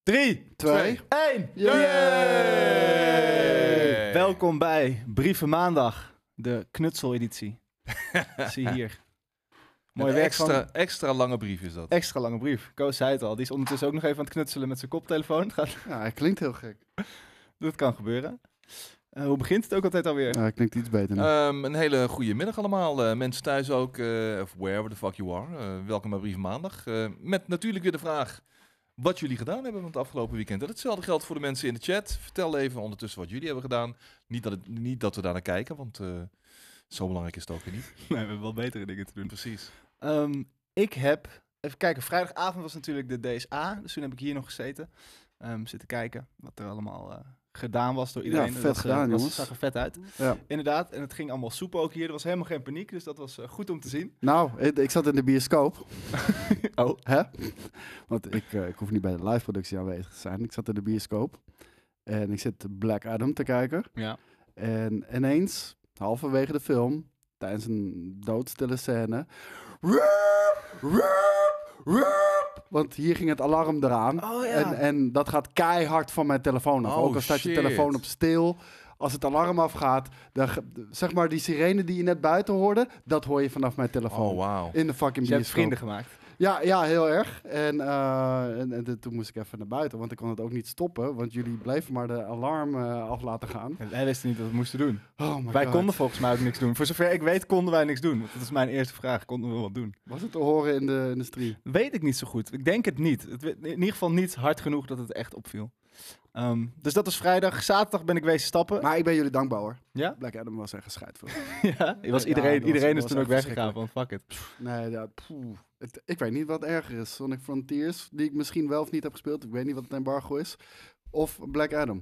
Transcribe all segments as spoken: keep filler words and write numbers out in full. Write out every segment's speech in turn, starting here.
Drie, Twee, één. Yay! Yay! Welkom bij Brieven Maandag, de knutseleditie. Zie hier. Mooi Een werk extra, van... extra lange brief is dat. Extra lange brief. Koos zei het al. Die is ondertussen ook nog even aan het knutselen met zijn koptelefoon. Het gaat... Ja, hij klinkt heel gek. Dat kan gebeuren. Uh, hoe begint het ook altijd alweer? Ja, hij klinkt iets beter nu. Um, een hele goede middag allemaal. Uh, mensen thuis ook, uh, of wherever the fuck you are. Uh, welkom bij Brieven Maandag. Uh, met natuurlijk weer de vraag wat jullie gedaan hebben van het afgelopen weekend. En hetzelfde geldt voor de mensen in de chat. Vertel even ondertussen wat jullie hebben gedaan. Niet dat, het, niet dat we daar naar kijken, want uh, zo belangrijk is het ook weer niet. Nee, we hebben wel betere dingen te doen. Precies. Um, ik heb... Even kijken, vrijdagavond was natuurlijk de D S A. Dus toen heb ik hier nog gezeten. Um, zitten kijken wat er allemaal... Uh, gedaan was door iedereen. Ja, vet dat was, gedaan, uh, jongens. Het zag er vet uit. Ja. Inderdaad, en het ging allemaal soepel ook hier. Er was helemaal geen paniek, dus dat was uh, goed om te zien. Nou, ik, ik zat in de bioscoop. Oh. Hè? Want ik, uh, ik hoef niet bij de live productie aanwezig te zijn. Ik zat in de bioscoop. En ik zit Black Adam te kijken. Ja. En ineens, halverwege de film, tijdens een doodstille scène... Want hier ging het alarm eraan. Oh, ja. en, en dat gaat keihard van mijn telefoon af. Oh, Ook al staat shit. je telefoon op stil. Als het alarm afgaat, dan, zeg maar die sirene die je net buiten hoorde, dat hoor je vanaf mijn telefoon. Oh, wauw. In de fucking Dus je hebt bioscoop. vrienden gemaakt. Ja, ja, heel erg. En, uh, en, en de, toen moest ik even naar buiten, want ik kon het ook niet stoppen. Want jullie bleven maar de alarm uh, af laten gaan. En wij wisten niet wat we moesten doen. Oh my wij God. konden volgens mij ook niks doen. Voor zover ik weet konden wij niks doen. Dat is mijn eerste vraag. Konden we wat doen? Was het te horen in de, in de stream? Weet ik niet zo goed. Ik denk het niet. Het, in ieder geval niet hard genoeg dat het echt opviel. Um, dus dat was vrijdag. Zaterdag ben ik wezen stappen. Maar ik ben jullie dankbaar hoor. Ja? Black Adam was echt gescheid voor. ja? Was Ja, iedereen dat was- iedereen dat is was toen ook echt weggegaan van fuck it. Nee, ja, poeh. Het, ik weet niet wat erger is. Sonic Frontiers, die ik misschien wel of niet heb gespeeld. Ik weet niet wat het embargo is. Of Black Adam.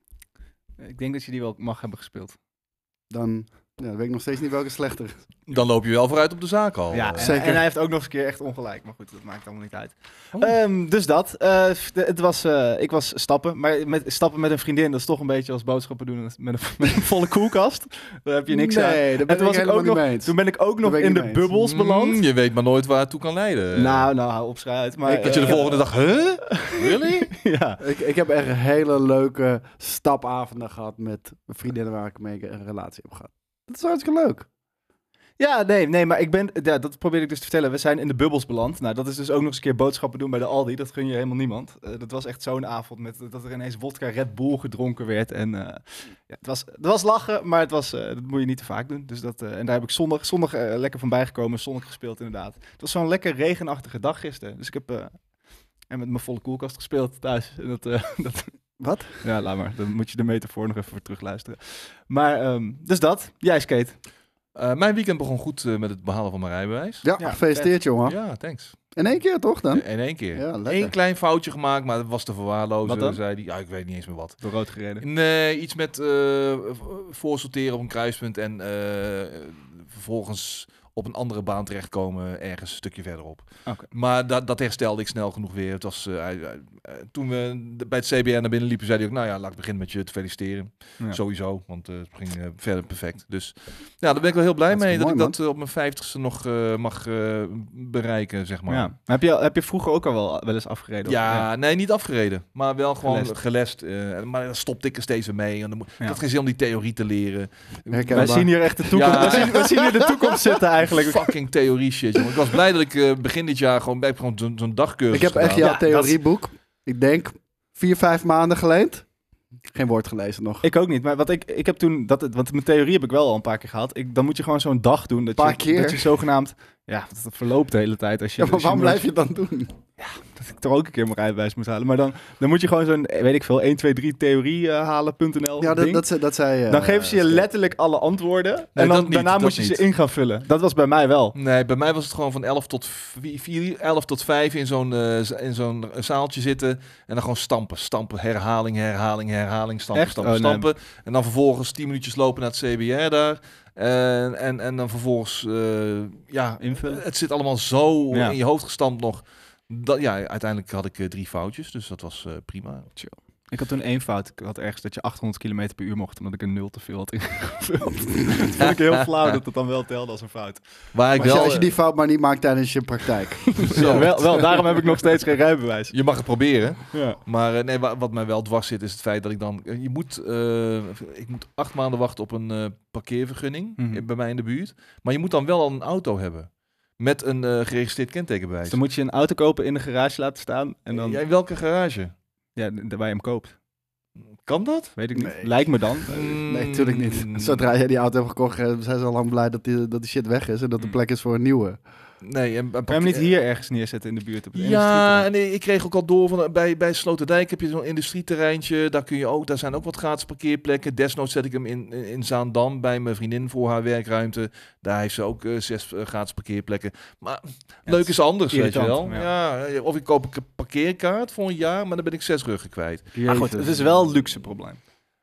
Ik denk dat je die wel mag hebben gespeeld. Dan, ja, dan weet ik nog steeds niet welke slechter is. Dan loop je wel vooruit op de zaak al. Ja, Uh, en, zeker. en hij heeft ook nog eens een keer echt ongelijk. Maar goed, dat maakt allemaal niet uit. Oh. Um, dus dat. Uh, de, het was, uh, ik was stappen. Maar met, stappen met een vriendin, dat is toch een beetje als boodschappen doen met een, met een volle koelkast. Daar heb je niks aan. Nee, daar ben En toen ik was ik helemaal ook niet nog, mee eens. toen ben ik ook nog ben ik in niet de mee eens. bubbels beland. Mm, je weet maar nooit waar het toe kan leiden. Nou, nou, hou op schrijf uit. Maar, Ik- dat je de uh, volgende dag, huh? Really? ja. Ik, ik heb echt hele leuke stapavonden gehad met vriendinnen waar ik mee een relatie heb gehad. Dat is hartstikke leuk. Ja, nee, nee, maar ik ben, ja, dat probeer ik dus te vertellen. We zijn in de bubbels beland. Nou, dat is dus ook nog eens een keer boodschappen doen bij de Aldi. Dat gun je helemaal niemand. Uh, dat was echt zo'n avond met dat er ineens wodka Red Bull gedronken werd. En uh, ja, het, was, het was lachen, maar het was, uh, dat moet je niet te vaak doen. Dus dat, uh, en daar heb ik zondag, zondag uh, lekker van bijgekomen. Zondag gespeeld inderdaad. Het was zo'n lekker regenachtige dag gisteren. Dus ik heb uh, en met mijn volle koelkast gespeeld thuis. En dat, uh, dat, Wat? ja, laat maar. Dan moet je de metafoor nog even voor terugluisteren. Maar, um, dus dat. Jij skate. Uh, mijn weekend begon goed uh, met het behalen van mijn rijbewijs. Ja, Ja, gefeliciteerd jongen. Ja, thanks. In één keer toch dan? In één keer. Ja, lekker. Eén klein foutje gemaakt, maar dat was te Wat verwaarlozen, dan? zei hij. Ja, ik weet niet eens meer wat. Door rood gereden. Nee, iets met uh, voorsorteren op een kruispunt en uh, vervolgens op een andere baan terechtkomen, ergens een stukje verderop. Okay. Maar dat, dat herstelde ik snel genoeg weer. Het was, uh, uh, uh, toen we bij het C B R naar binnen liepen, zei hij ook, nou ja, laat ik beginnen met je te feliciteren. Ja. Sowieso, want uh, het ging uh, verder perfect. Dus ja, daar ben ik wel heel blij Dat is mee dat mooi, ik dat uh, op mijn vijftigste nog uh, mag uh, bereiken, zeg maar. Ja. Maar heb je, heb je vroeger ook al wel, wel eens afgereden? Ja, Of, nee, niet afgereden. Maar wel gewoon Gelest. gelest. uh, maar dan stopte ik er steeds weer mee. En dan, mo- Ja. Ik had geen zin om die theorie te leren. Herkenbaar. Wij zien hier echt de toekomst. Ja. Wij, zien, wij zien hier de toekomst zitten eigenlijk. Fucking theorie shit, jongen. Ik was blij dat ik uh, begin dit jaar gewoon, ik heb gewoon zo'n zo'n dagcursus Ik heb echt gedaan. jouw Ja, theorieboek. Ik denk vier, vijf maanden geleend. Geen woord gelezen nog. Ik ook niet, maar wat ik, ik heb toen, dat, het- want mijn theorie heb ik wel al een paar keer gehad. Ik, dan moet je gewoon zo'n dag doen. Dat Paar je, keer? Dat je zogenaamd, ja, dat verloopt de hele tijd. Als je, Ja, maar als je waarom nooit- blijf je het dan doen? Dat ik toch ook een keer mijn rijbewijs moet halen. Maar dan, dan moet je gewoon zo'n, weet ik veel, één, twee, drie theorie uh, halen.nl Ja, dat, ding. dat, ze- dat zei uh, Dan geven ze je Skip. letterlijk alle antwoorden. Nee, en dan, dat niet, daarna dat moet je niet. ze in gaan vullen. Dat was bij mij wel. Nee, bij mij was het gewoon van elf tot vier, elf tot vijf in zo'n uh, z- in zo'n zaaltje zitten en dan gewoon stampen, stampen, herhaling, herhaling, herhaling, stampen, Echt? stampen, Oh, nee. stampen. En dan vervolgens tien minuutjes lopen naar het C B R daar. En, en, en dan vervolgens, uh, ja, Invullen. het zit allemaal zo Ja. in je hoofd gestampt nog. Dat, ja, uiteindelijk had ik uh, drie foutjes, dus dat was uh, prima. Ik had toen één fout. Ik had ergens dat je achthonderd kilometer per uur mocht, omdat ik een nul te veel had ingevuld. Dat vond ik heel flauw dat het dan wel telde als een fout. Waar ik Maar als, je, wel, als je die fout maar niet maakt tijdens je praktijk. Ja, wel, wel, daarom heb ik nog steeds geen rijbewijs. je mag het proberen. Ja. Maar eh, nee, wa- wat mij wel dwars zit is het feit dat ik dan... eh, Je moet, eh, ik moet acht maanden wachten op een eh, parkeervergunning Mhm. eh, bij mij in de buurt. Maar je moet dan wel al een auto hebben. Met een eh, geregistreerd kentekenbewijs. Dus dan moet je een auto kopen in de garage laten staan. En dan, Ja, in welke garage? ja, de- waar je hem koopt. Kan dat? Weet ik niet. Nee. Lijkt me dan. Nee, natuurlijk niet. Zodra jij die auto hebt gekocht, eh, zijn ze al lang blij dat die, dat die shit weg is en dat er plek is voor een nieuwe. Nee, en, en Kan je hem niet hier ergens neerzetten in de buurt? Op het Ja, industrieterrein? en ik kreeg ook al door van eh, bij, bij Sloterdijk heb je zo'n industrieterreintje. Daar kun je ook, daar zijn ook wat gratis parkeerplekken. Desnoods zet ik hem in, in, in Zaandam bij mijn vriendin voor haar werkruimte. Daar heeft ze ook eh, zes eh, gratis parkeerplekken. Maar Ja, leuk het is anders, weet je wel. irritant, Ja. eh, of ik koop een parkeerkaart voor een jaar, maar dan ben ik zes ruggen kwijt. Maar goed, het is wel een luxe probleem.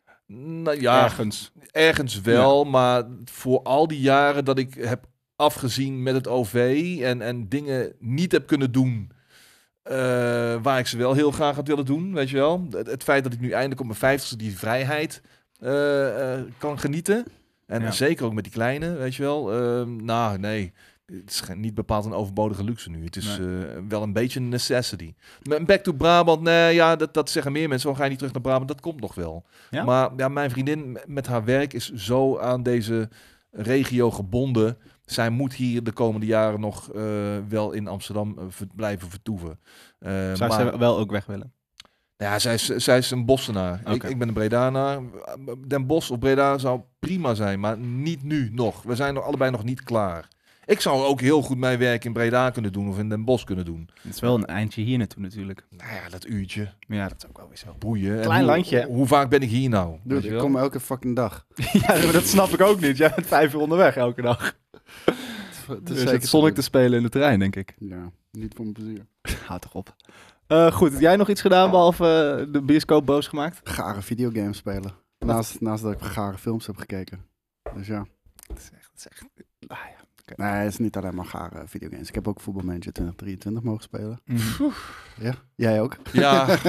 Nou ja, Ergens. ergens wel, maar voor al die jaren dat ik heb afgezien met het O V en, en dingen niet heb kunnen doen eh, waar ik ze wel heel graag had willen doen, weet je wel. Het, het feit dat ik nu eindelijk op mijn vijftigste die vrijheid eh, eh, kan genieten. En Ja. zeker ook met die kleine, weet je wel. Eh, nou, nee. Het is geen- niet bepaald een overbodige luxe nu. Het is Nee. eh, wel een beetje een necessity. Maar Back to Brabant, nee, ja, dat, dat zeggen meer mensen. Waarom ga je niet terug naar Brabant? Dat komt nog wel. Ja? Maar ja, mijn vriendin m- met haar werk is zo aan deze regio gebonden. Zij moet hier de komende jaren nog eh, wel in Amsterdam eh, ver- blijven vertoeven. Eh, Zou maar, ze wel ook weg willen? ja, zij is, zij is een Bossenaar. Ik, Oké. ik ben een Bredanaar. Den Bosch of Breda zou prima zijn, maar niet nu nog. We zijn nog allebei nog niet klaar. Ik zou ook heel goed mijn werk in Breda kunnen doen of in Den Bosch kunnen doen. Het is wel een eindje hier naartoe natuurlijk. Nou ja, dat uurtje, Ja, dat is ook wel weer zo. boeien. En Klein hoe, landje, hè? Hoe vaak ben ik hier nou? Weet Dude, je ik wel? kom elke fucking dag. Ja, maar dat snap ik ook niet. Jij bent vijf uur onderweg elke dag. Het is Dus zeker het Sonic te te spelen in de trein, denk ik. Ja, niet voor mijn plezier. Houd toch op. Eh, goed, heb jij nog iets gedaan behalve eh, de bioscoop boos gemaakt? Gare videogames spelen. Naast, naast dat ik gare films heb gekeken. Dus ja. Dat is echt... Dat is echt ah, ja. Nee, het is niet alleen maar gare videogames. Ik heb ook Football Manager twintig drieëntwintig mogen spelen. Mhm. Ja, jij ook. Ja,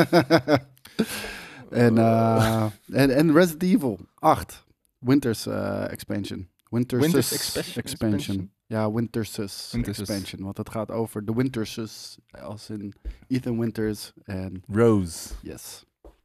en, eh, en, en Resident Evil acht. Winter's eh, expansion. Winter's, Winter's expansion- expansion? Ja, Winter's Winter's. expansion. Want het gaat over de Winter's. Als in Ethan Winters. En Rose. yes.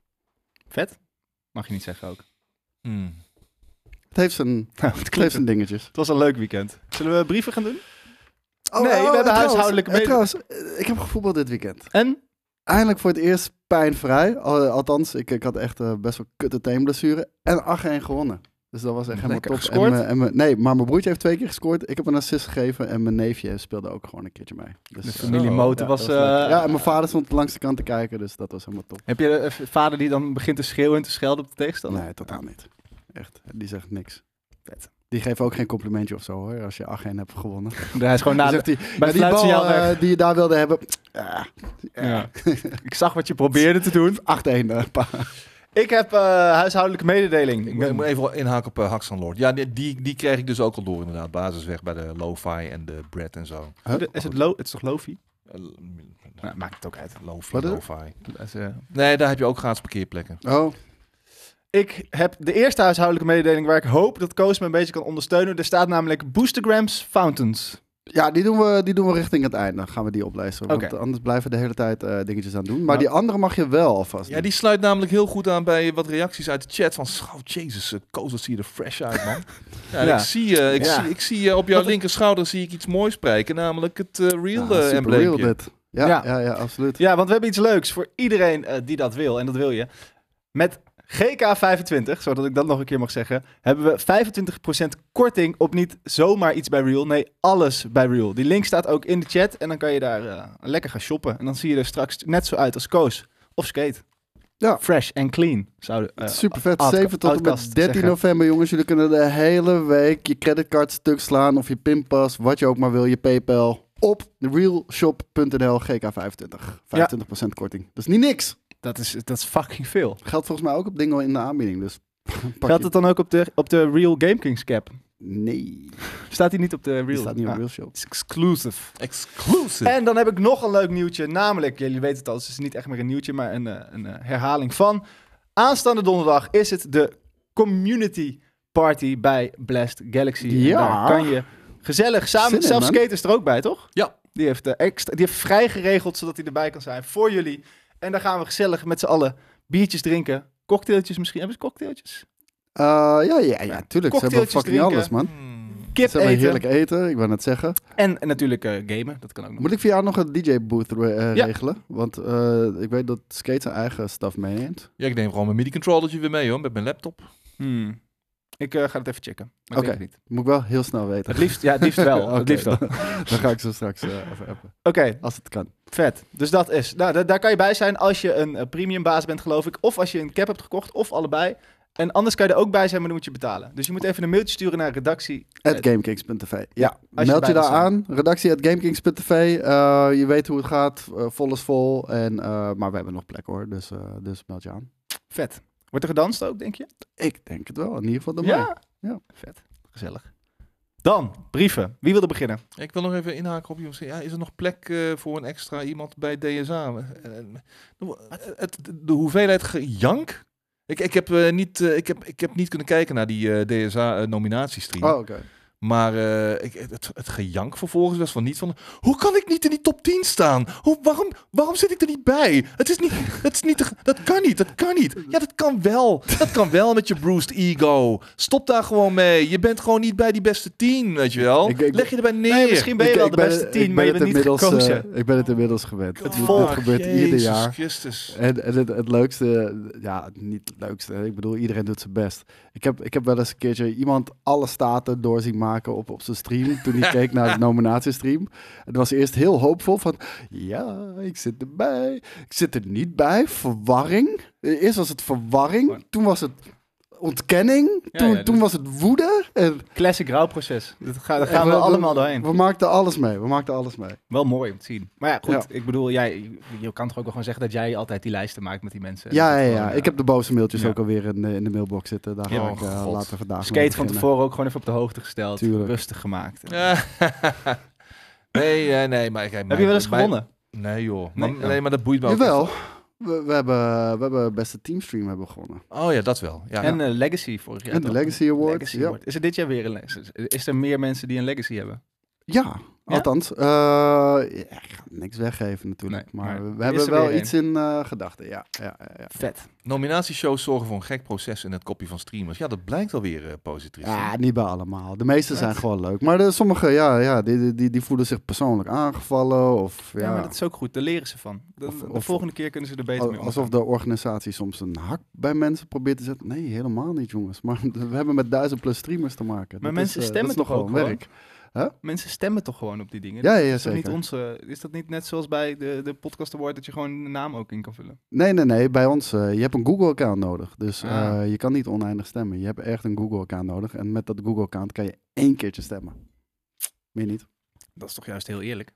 Vet? Mag je niet zeggen ook. Hmm. Het heeft zijn, Nou, het, het heeft klinkt, zijn dingetjes. het was een leuk weekend. Zullen we brieven gaan doen? Oh, Nee, we hebben trouwens, huishoudelijke eh, mede- Trouwens, eh, ik heb gevoetbald dit weekend. En? Eindelijk voor het eerst pijnvrij. Al- Althans, ik, ik had echt eh, best wel kutte teenblessure. En acht één gewonnen. Dus dat was echt helemaal Lekker top. gescoord? En, mijn- en mijn- nee, maar mijn broertje heeft twee keer gescoord. Ik heb een assist gegeven en mijn neefje speelde ook gewoon een keertje mee. Dus, De eh, familie Zo, Moten ja, was... dat was leuk. eh, ja, en mijn vader stond langs de kant te kijken, dus dat was helemaal top. Heb je een vader die dan begint te schreeuwen en te schelden op de tegenstander? Nee, totaal niet. Echt, die zegt niks. Vet. Die geeft ook geen complimentje of zo hoor, als je acht één hebt gewonnen. Hij is gewoon na Dan de, zegt hij, bij ja, het die bal fluitsignaal weg. eh, die je daar wilde hebben, ja, Ja. Ik zag wat je probeerde te doen. acht één. eh, pa. Ik heb eh, huishoudelijke mededeling. Ik, moet- ik moet even inhaken op uh, Haxan Lord. Ja, die, die, die kreeg ik dus ook al door inderdaad. Basisweg bij de lo-fi en de bread en zo. Huh? Is het, lo het is toch Lofi? Uh, Nou, maakt het ook uit. Lo-fi, Wat is het? lo-fi. Dat is, eh, Nee, daar heb je ook gratis parkeerplekken. Oh, Ik heb de eerste huishoudelijke mededeling waar ik hoop dat Koos me een beetje kan ondersteunen. Er staat namelijk Boostergrams Fountains. ja, die doen, we, die doen we richting het einde. Dan gaan we die oplezen. Want Oké. anders blijven we de hele tijd eh, dingetjes aan doen. Maar Nou. die andere mag je wel alvast Ja, doen. die sluit namelijk heel goed aan bij wat reacties uit de chat. Van, oh, jezus, uh, Koos, wat zie je er fresh uit, man. Ja, en Ja. Ik zie, uh, ik Ja. zie, ik zie uh, op jouw Wat- linker schouder zie ik iets moois spreken. Namelijk het uh, real Ja, uh, super embleempje. real dit. Ja, Ja. ja. Ja, absoluut. Ja, want we hebben iets leuks voor iedereen eh, die dat wil. En dat wil je. Met G K vijfentwintig, zodat ik dat nog een keer mag zeggen, hebben we vijfentwintig procent korting op niet zomaar iets bij Real. Nee, alles bij Real. Die link staat ook in de chat en dan kan je daar uh, lekker gaan shoppen. En dan zie je er straks net zo uit als Koos of Skate. Ja. Fresh en clean. Zouden, uh, Super vet. outca- zeven tot en met outcast dertien zeggen. november, jongens. Jullie kunnen de hele week je creditcard stuk slaan of je pinpas, wat je ook maar wil, je PayPal, op realshop punt n l G K vijfentwintig. vijfentwintig procent korting. Dat is niet niks. Dat is, dat is fucking veel. Geldt volgens mij ook op dingen in de aanbieding. Dus pak Geldt je- het dan ook op de, op de Real Game Kings cap? Nee, Staat hij niet op de Real? die staat niet op Ah, Real Shop. het is exclusive. Exclusive. En dan heb ik nog een leuk nieuwtje. Namelijk, jullie weten het al, het is niet echt meer een nieuwtje, maar een, uh, een uh, herhaling van. Aanstaande donderdag is het de community party bij Blast Galaxy. Ja. En daar kan je gezellig samen, Zin in, zelfs man. Skate is er ook bij, toch? Ja. Die heeft, uh, extra, die heeft vrij geregeld, zodat hij erbij kan zijn voor jullie. En daar gaan we gezellig met z'n allen biertjes drinken. Cocktailtjes misschien. Hebben ze cocktailtjes? Uh, ja, ja, ja, tuurlijk. Ze hebben Cocktailtjes fucking drinken. alles, man. Hmm. Kip Ze hebben eten. heerlijk eten, ik wou net zeggen. En, en natuurlijk uh, gamen, dat kan ook nog. Moet ik voor jou nog een D J-booth uh, Ja. regelen? Want uh, ik weet dat Skate zijn eigen stuff meeneemt. Ja, ik neem gewoon mijn MIDI-controllertje weer mee, hoor, met mijn laptop. Hmm. Ik uh, ga het even checken. Maar ik Oké. denk het niet. Moet ik wel heel snel weten. Het liefst, ja, het liefst wel. Oké, Het liefst wel. Dan, dan ga ik zo straks uh, even appen. Oké, Als het kan. vet. Dus dat is. Nou, da- daar kan je bij zijn als je een uh, premium baas bent, geloof ik. Of als je een cap hebt gekocht, of allebei. En anders kan je er ook bij zijn, maar dan moet je betalen. Dus je moet even een mailtje sturen naar redactie. At gamekings punt t v. Ja, Ja, als je meld je erbij daar wil zijn. aan. Redactie at gamekings punt t v. Uh, je weet hoe het gaat. Uh, vol is vol. En, uh, maar we hebben nog plek hoor. Dus, uh, dus meld je aan. Vet. Wordt er gedanst ook, denk je? Ik denk het wel. In ieder geval door mij. Ja? Ja. Vet. Gezellig. Dan, brieven. Wie wil er beginnen? Ik wil nog even inhaken op jongens. Ja, is er nog plek uh, voor een extra iemand bij D S A? Uh, uh, het, de hoeveelheid gejank. Ik, ik, heb, uh, niet, uh, ik, heb, ik heb niet kunnen kijken naar die uh, D S A uh, nominatiestream. Oh, oké. Okay. Maar uh, ik, het, het gejank vervolgens was van niet van... Hoe kan ik niet in die top tien staan? Hoe, waarom, waarom zit ik er niet bij? Het is niet, het is niet te, dat kan niet, dat kan niet. Ja, dat kan wel. Dat kan wel met je bruised ego. Stop daar gewoon mee. Je bent gewoon niet bij die beste tien, weet je wel. Ik, ik, Leg je erbij neer. Nee, misschien ben je Ik- wel ik de ben- beste ik tien, ben maar je het bent niet inmiddels, gekozen. uh, ik ben het inmiddels gewend. Het Dit- volk, Dit gebeurt Jezus ieder jaar. Christus. En, en het, het leukste, ja, niet het leukste. Ik bedoel, iedereen doet zijn best. Ik heb, ik heb wel eens een keertje iemand alle staten door zien maken op, op zijn stream. Toen hij keek naar de nominatiestream. En dat was eerst heel hoopvol van, ja, ik zit erbij. Ik zit er niet bij. Verwarring. Eerst was het verwarring. Toen was het ontkenning. Ja, Toen, ja, toen dus- was het woede. En, Classic rouwproces. Dat ga, daar en gaan we, we- allemaal doorheen. We maakten alles mee. We maakten alles mee. Wel mooi om te zien. Maar ja, goed. Ja. Ik bedoel, jij, je kan toch ook wel gewoon zeggen dat jij altijd die lijsten maakt met die mensen. Ja, Dat ja, het ja. gewoon, Ik heb de boze mailtjes Ja. ook alweer in, de- in de mailbox zitten. Daar Ja, ga oh ik uh, God. later vandaag Skate mee van beginnen. tevoren ook gewoon even op de hoogte gesteld. Tuurlijk. Rustig gemaakt. Ja. nee, nee, nee. Maar ik, Heb je wel eens gewonnen? Nee joh. Maar, Nee? nee, maar dat boeit me ook Jawel. niet. We, we, hebben, we hebben beste teamstream hebben gewonnen. Oh ja, dat wel. Ja, En uh, Legacy vorig jaar. En de toch? Legacy Award. Legacy ja. Award. Is er dit jaar weer een Legacy? Is er meer mensen die een Legacy hebben? Ja, Ja? althans. Uh, ja, ik ga niks weggeven natuurlijk. Nee, maar, maar we is hebben er wel weer iets in uh, gedachten. Ja, ja, ja, ja. Vet. Nominatieshows zorgen voor een gek proces in het kopje van streamers. Ja, dat blijkt alweer uh, positief. Ja, niet bij allemaal. De meeste zijn Wat? gewoon leuk. Maar de, sommige, ja, ja die, die- die, die voelen zich persoonlijk aangevallen. Of, ja, Ja, maar dat is ook goed. Daar leren ze van. De, Of- de of- volgende keer kunnen ze er beter mee omgaan. alsof de organisatie soms een hak bij mensen probeert te zetten. Nee, helemaal niet, jongens. Maar we hebben met duizend plus streamers te maken. Maar Dat mensen is, uh, stemmen dat is toch nogal ook een gewoon? werk. Mensen stemmen toch gewoon op die dingen? Ja, ja, ja, is, dat niet zeker. onze, is dat niet net zoals bij de, de podcast award dat je gewoon een naam ook in kan vullen? Nee, nee, nee. Bij ons, uh, je hebt een Google-account nodig. Dus uh, Ah. je kan niet oneindig stemmen. Je hebt echt een Google-account nodig. En met dat Google-account kan je één keertje stemmen. Meer niet. Dat is toch juist heel eerlijk?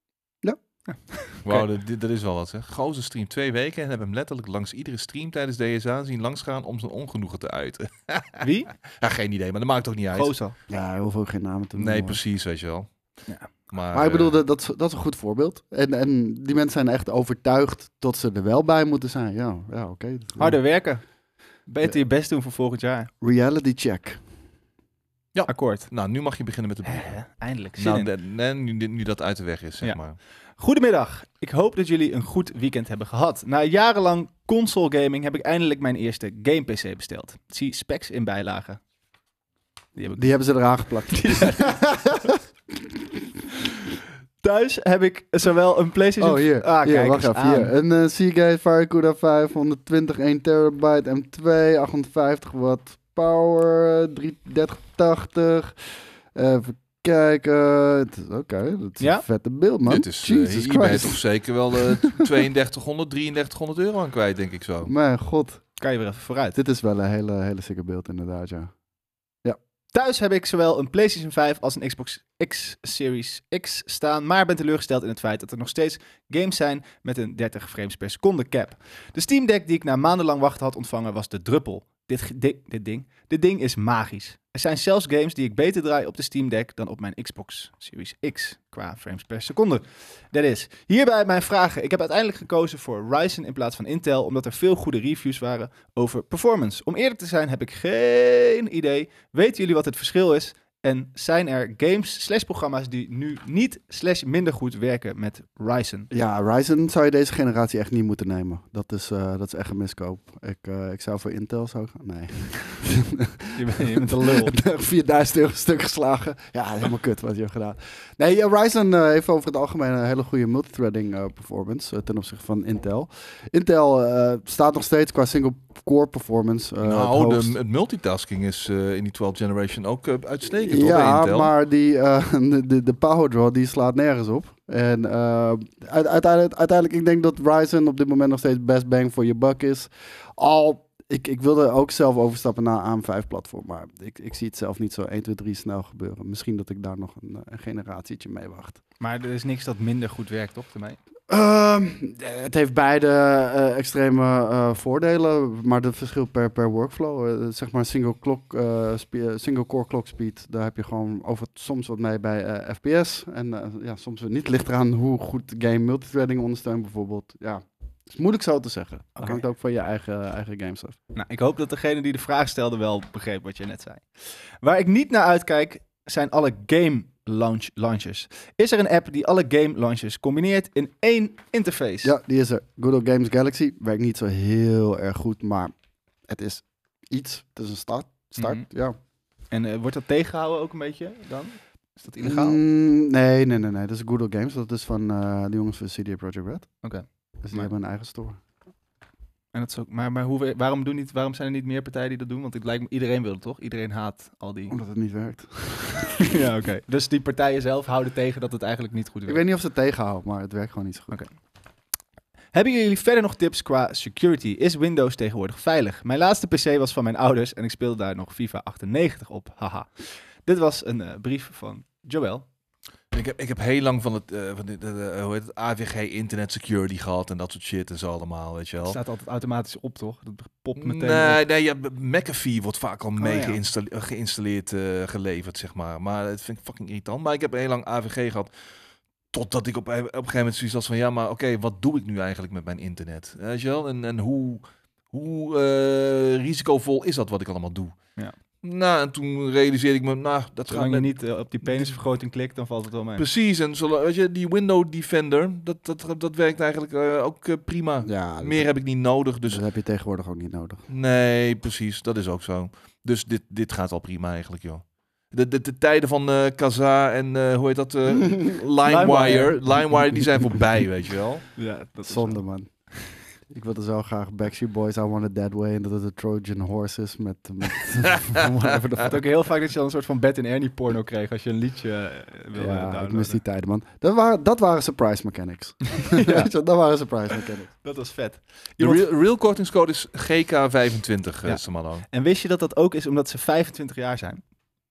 Wauw, dat, dat is wel wat zeg. Gozer stream twee weken en hebben hem letterlijk langs iedere stream tijdens D S A zien langsgaan om zijn ongenoegen te uiten. Wie? Ja, geen idee, maar dat maakt ook niet uit. Gozo. Ja, je hoeft ook geen namen te noemen. Nee, hoor. precies, weet je wel. Ja. Maar, Maar ik bedoel, eh, dat, dat, is, dat is een goed voorbeeld. En, en die mensen zijn echt overtuigd dat ze er wel bij moeten zijn. Ja, ja oké. Okay. Harder werken. Beter je best doen voor volgend jaar. Reality check. Akkoord. nou, nu mag je beginnen met de Eh, brieven. eindelijk. Zin Nou, in. de- nee, nu, nu dat uit de weg is, zeg Ja. maar. Goedemiddag. Ik hoop dat jullie een goed weekend hebben gehad. Na jarenlang console gaming heb ik eindelijk mijn eerste game P C besteld. Zie specs in bijlagen. Die heb ik Die hebben ze eraan geplakt. Thuis heb ik zowel een PlayStation... Oh, hier. Ah, hier kijk wacht eens even. aan. Hier. Een uh, Seagate Firecuda vijf, honderdtwintig, één terabyte, M twee, achthonderdvijftig watt power, driehonderddertig tachtig. Even kijken. Het is- Oké, okay, dat is Ja? een vette beeld, man. Dit is, eh, Jesus hier ben je Christ. toch zeker wel uh, tweeëndertighonderd, drieëndertighonderd euro aan kwijt, denk ik zo. Mijn god. Kan je weer even vooruit. Dit is wel een hele, hele sikke beeld inderdaad, ja. Thuis heb ik zowel een PlayStation vijf als een Xbox X Series X staan, maar ben teleurgesteld in het feit dat er nog steeds games zijn met een dertig frames per seconde cap. De Steam Deck die ik na maandenlang wachten had ontvangen was de druppel. Dit, ge- di- dit ding. Dit ding is magisch. Er zijn zelfs games die ik beter draai op de Steam Deck dan op mijn Xbox Series X qua frames per seconde. Dat is. Hierbij mijn vragen. Ik heb uiteindelijk gekozen voor Ryzen in plaats van Intel, omdat er veel goede reviews waren over performance. Om eerlijk te zijn heb ik geen idee. Weten jullie wat het verschil is? En zijn er games slash programma's die nu niet slash minder goed werken met Ryzen? Ja, Ryzen zou je deze generatie echt niet moeten nemen. Dat is, uh, dat is echt een miskoop. Ik, uh, ik zou voor Intel zou gaan. Nee. Je bent, je bent een lul. vierduizend euro stuk geslagen. Ja, helemaal kut wat je hebt gedaan. Nee, uh, Ryzen uh, heeft over het algemeen een hele goede multithreading uh, performance uh, ten opzichte van Intel. Intel uh, staat nog steeds qua single core performance. Uh, nou, het, de, het multitasking is uh, in die twaalfde generation ook uh, uitstekend. Ja, Intel. maar die, uh, de, de, de power draw die slaat nergens op. En uh, uiteindelijk, uiteindelijk, ik denk dat Ryzen op dit moment nog steeds best bang voor je buck is. Al, ik, ik wilde ook zelf overstappen naar A M vijf platform, maar ik, ik zie het zelf niet zo één, twee, drie snel gebeuren. Misschien dat ik daar nog een, een generatietje mee wacht. Maar er is niks dat minder goed werkt, toch, ermee? Uh, het heeft beide uh, extreme uh, voordelen, maar het verschil per, per workflow. Uh, zeg maar single, clock, uh, spe- single core clock speed, daar heb je gewoon over soms wat mee bij uh, F P S. En uh, ja, soms weer niet. Ligt eraan hoe goed de game multithreading ondersteunt bijvoorbeeld. Ja, het is moeilijk zo te zeggen. Dat Okay. hangt ook van je eigen, eigen games af. Nou, ik hoop dat degene die de vraag stelde wel begreep wat je net zei. Waar ik niet naar uitkijk, zijn alle game launch launchers. Is er een app die alle game launchers combineert in één interface? Ja, die is er. Good Old Games Galaxy werkt niet zo heel erg goed, maar het is iets. Het is een start. start Mhm. ja. En uh, wordt dat tegengehouden ook een beetje dan? Is dat illegaal? Mm, nee, nee, nee, nee. Dat is Good Old Games. Dat is van uh, de jongens van C D Projekt Red. Oké. Dus die Maar- hebben een eigen store. En dat is ook, maar maar hoe, waarom, doen niet, waarom zijn er niet meer partijen die dat doen? Want het lijkt me, iedereen wil het toch? Iedereen haat al die... Omdat het niet werkt. ja, oké. Dus die partijen zelf houden tegen dat het eigenlijk niet goed Ik werkt. weet niet of ze het tegenhouden, maar het werkt gewoon niet zo goed. Oké. Hebben jullie verder nog tips qua security? Is Windows tegenwoordig veilig? Mijn laatste P C was van mijn ouders en ik speelde daar nog FIFA achtennegentig op. Haha. Dit was een uh, brief van Joël. Ik heb, ik heb heel lang van het, uh, van dit, uh, hoe heet het A V G Internet Security gehad en dat soort shit en zo allemaal, weet je Het wel. staat altijd automatisch op, toch? Dat popt meteen Nee, op. nee ja, McAfee wordt vaak al mee ja. geïnstalle- geïnstalleerd, uh, geleverd, zeg maar. Maar dat vind ik fucking irritant. Maar ik heb heel lang A V G gehad. Totdat ik op, op een gegeven moment zoiets had van, ja, maar oké, okay, wat doe ik nu eigenlijk met mijn internet? Weet je wel? En, en hoe, hoe uh, risicovol is dat wat ik allemaal doe? Ja. Nou, en toen realiseerde ik me, nou, dat gaat Zolang je met... niet uh, op die penisvergroting klikt, dan valt het wel mee. Precies, en zolang, weet je, die Window Defender, dat, dat, dat werkt eigenlijk uh, ook uh, prima. Ja, dat, Meer heb ik niet nodig, dus... dat heb je tegenwoordig ook niet nodig. Nee, precies, dat is ook zo. Dus dit, dit gaat al prima eigenlijk, joh. De, de, de tijden van uh, Kazaa en uh, hoe heet dat? Uh, LimeWire. LimeWire, die zijn voorbij, weet je wel. Ja, dat is Zonde, wel- man. Ik wilde zo graag Backstreet Boys, I Want It That Way. En dat het een Trojan Horse is met... met whatever the Het fuck. ook heel vaak dat je dan een soort van Bert en Ernie porno kreeg als je een liedje uh, wilde Ja, downloaden. ik mis die tijden, man. Dat waren, dat waren surprise mechanics. Ja. dat waren surprise mechanics. Dat was vet. De Iemand- real, real kortingscode is G K vijfentwintig, Ja. ja. Samalo. En wist je dat dat ook is omdat ze vijfentwintig jaar zijn?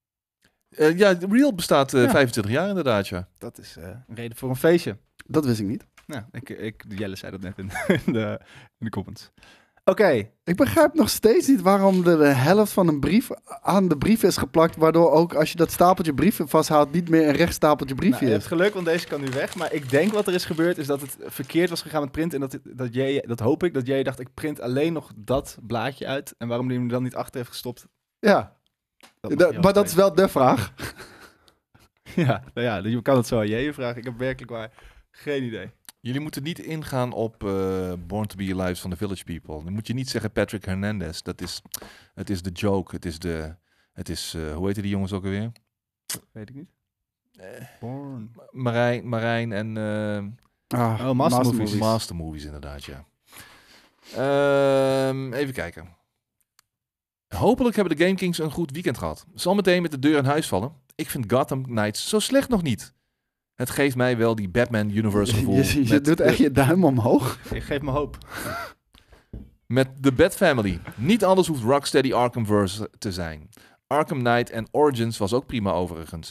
Uh, ja, de Real bestaat uh, Ja. vijfentwintig jaar inderdaad, ja. Dat is uh, een reden voor een feestje. Dat wist ik niet. Nou, ik, ik, Jelle zei dat net in, in, de, in de comments. Oké, Ik begrijp nog steeds niet waarom de, de helft van een brief aan de brief is geplakt, waardoor ook als je dat stapeltje brieven vasthoudt, niet meer een recht stapeltje nou, briefje je is. hebt geluk, want deze kan nu weg. Maar ik denk wat er is gebeurd, is dat het verkeerd was gegaan met printen. En dat, het- dat, jij, dat hoop ik, dat jij dacht, ik print alleen nog dat blaadje uit. En waarom die hem dan niet achter heeft gestopt. Ja, dat mag Da- je wel maar dat is weten. wel de vraag. Ja, nou ja, je kan het zo aan jij vragen. Ik heb werkelijk waar geen idee. Jullie moeten niet ingaan op uh, Born to be Alive van The Village People. Dan moet je niet zeggen Patrick Hernandez. Dat is, het is de joke. Het is de, het is, uh, hoe heette die jongens ook alweer? Weet ik niet. Eh, Born. Marijn, Marijn en uh, Ah, Oh, Master Movies. Master Movies inderdaad, ja. Um, even kijken. Hopelijk hebben de Game Kings een goed weekend gehad. Zal meteen met de deur in huis vallen. Ik vind Gotham Knights zo slecht nog niet. Het geeft mij wel die Batman Universe gevoel. Je, je, je met doet echt de, je duim omhoog. Ik geef me hoop. met de Bat Family. Niet alles hoeft Rocksteady Arkhamverse te zijn. Arkham Knight en Origins was ook prima overigens.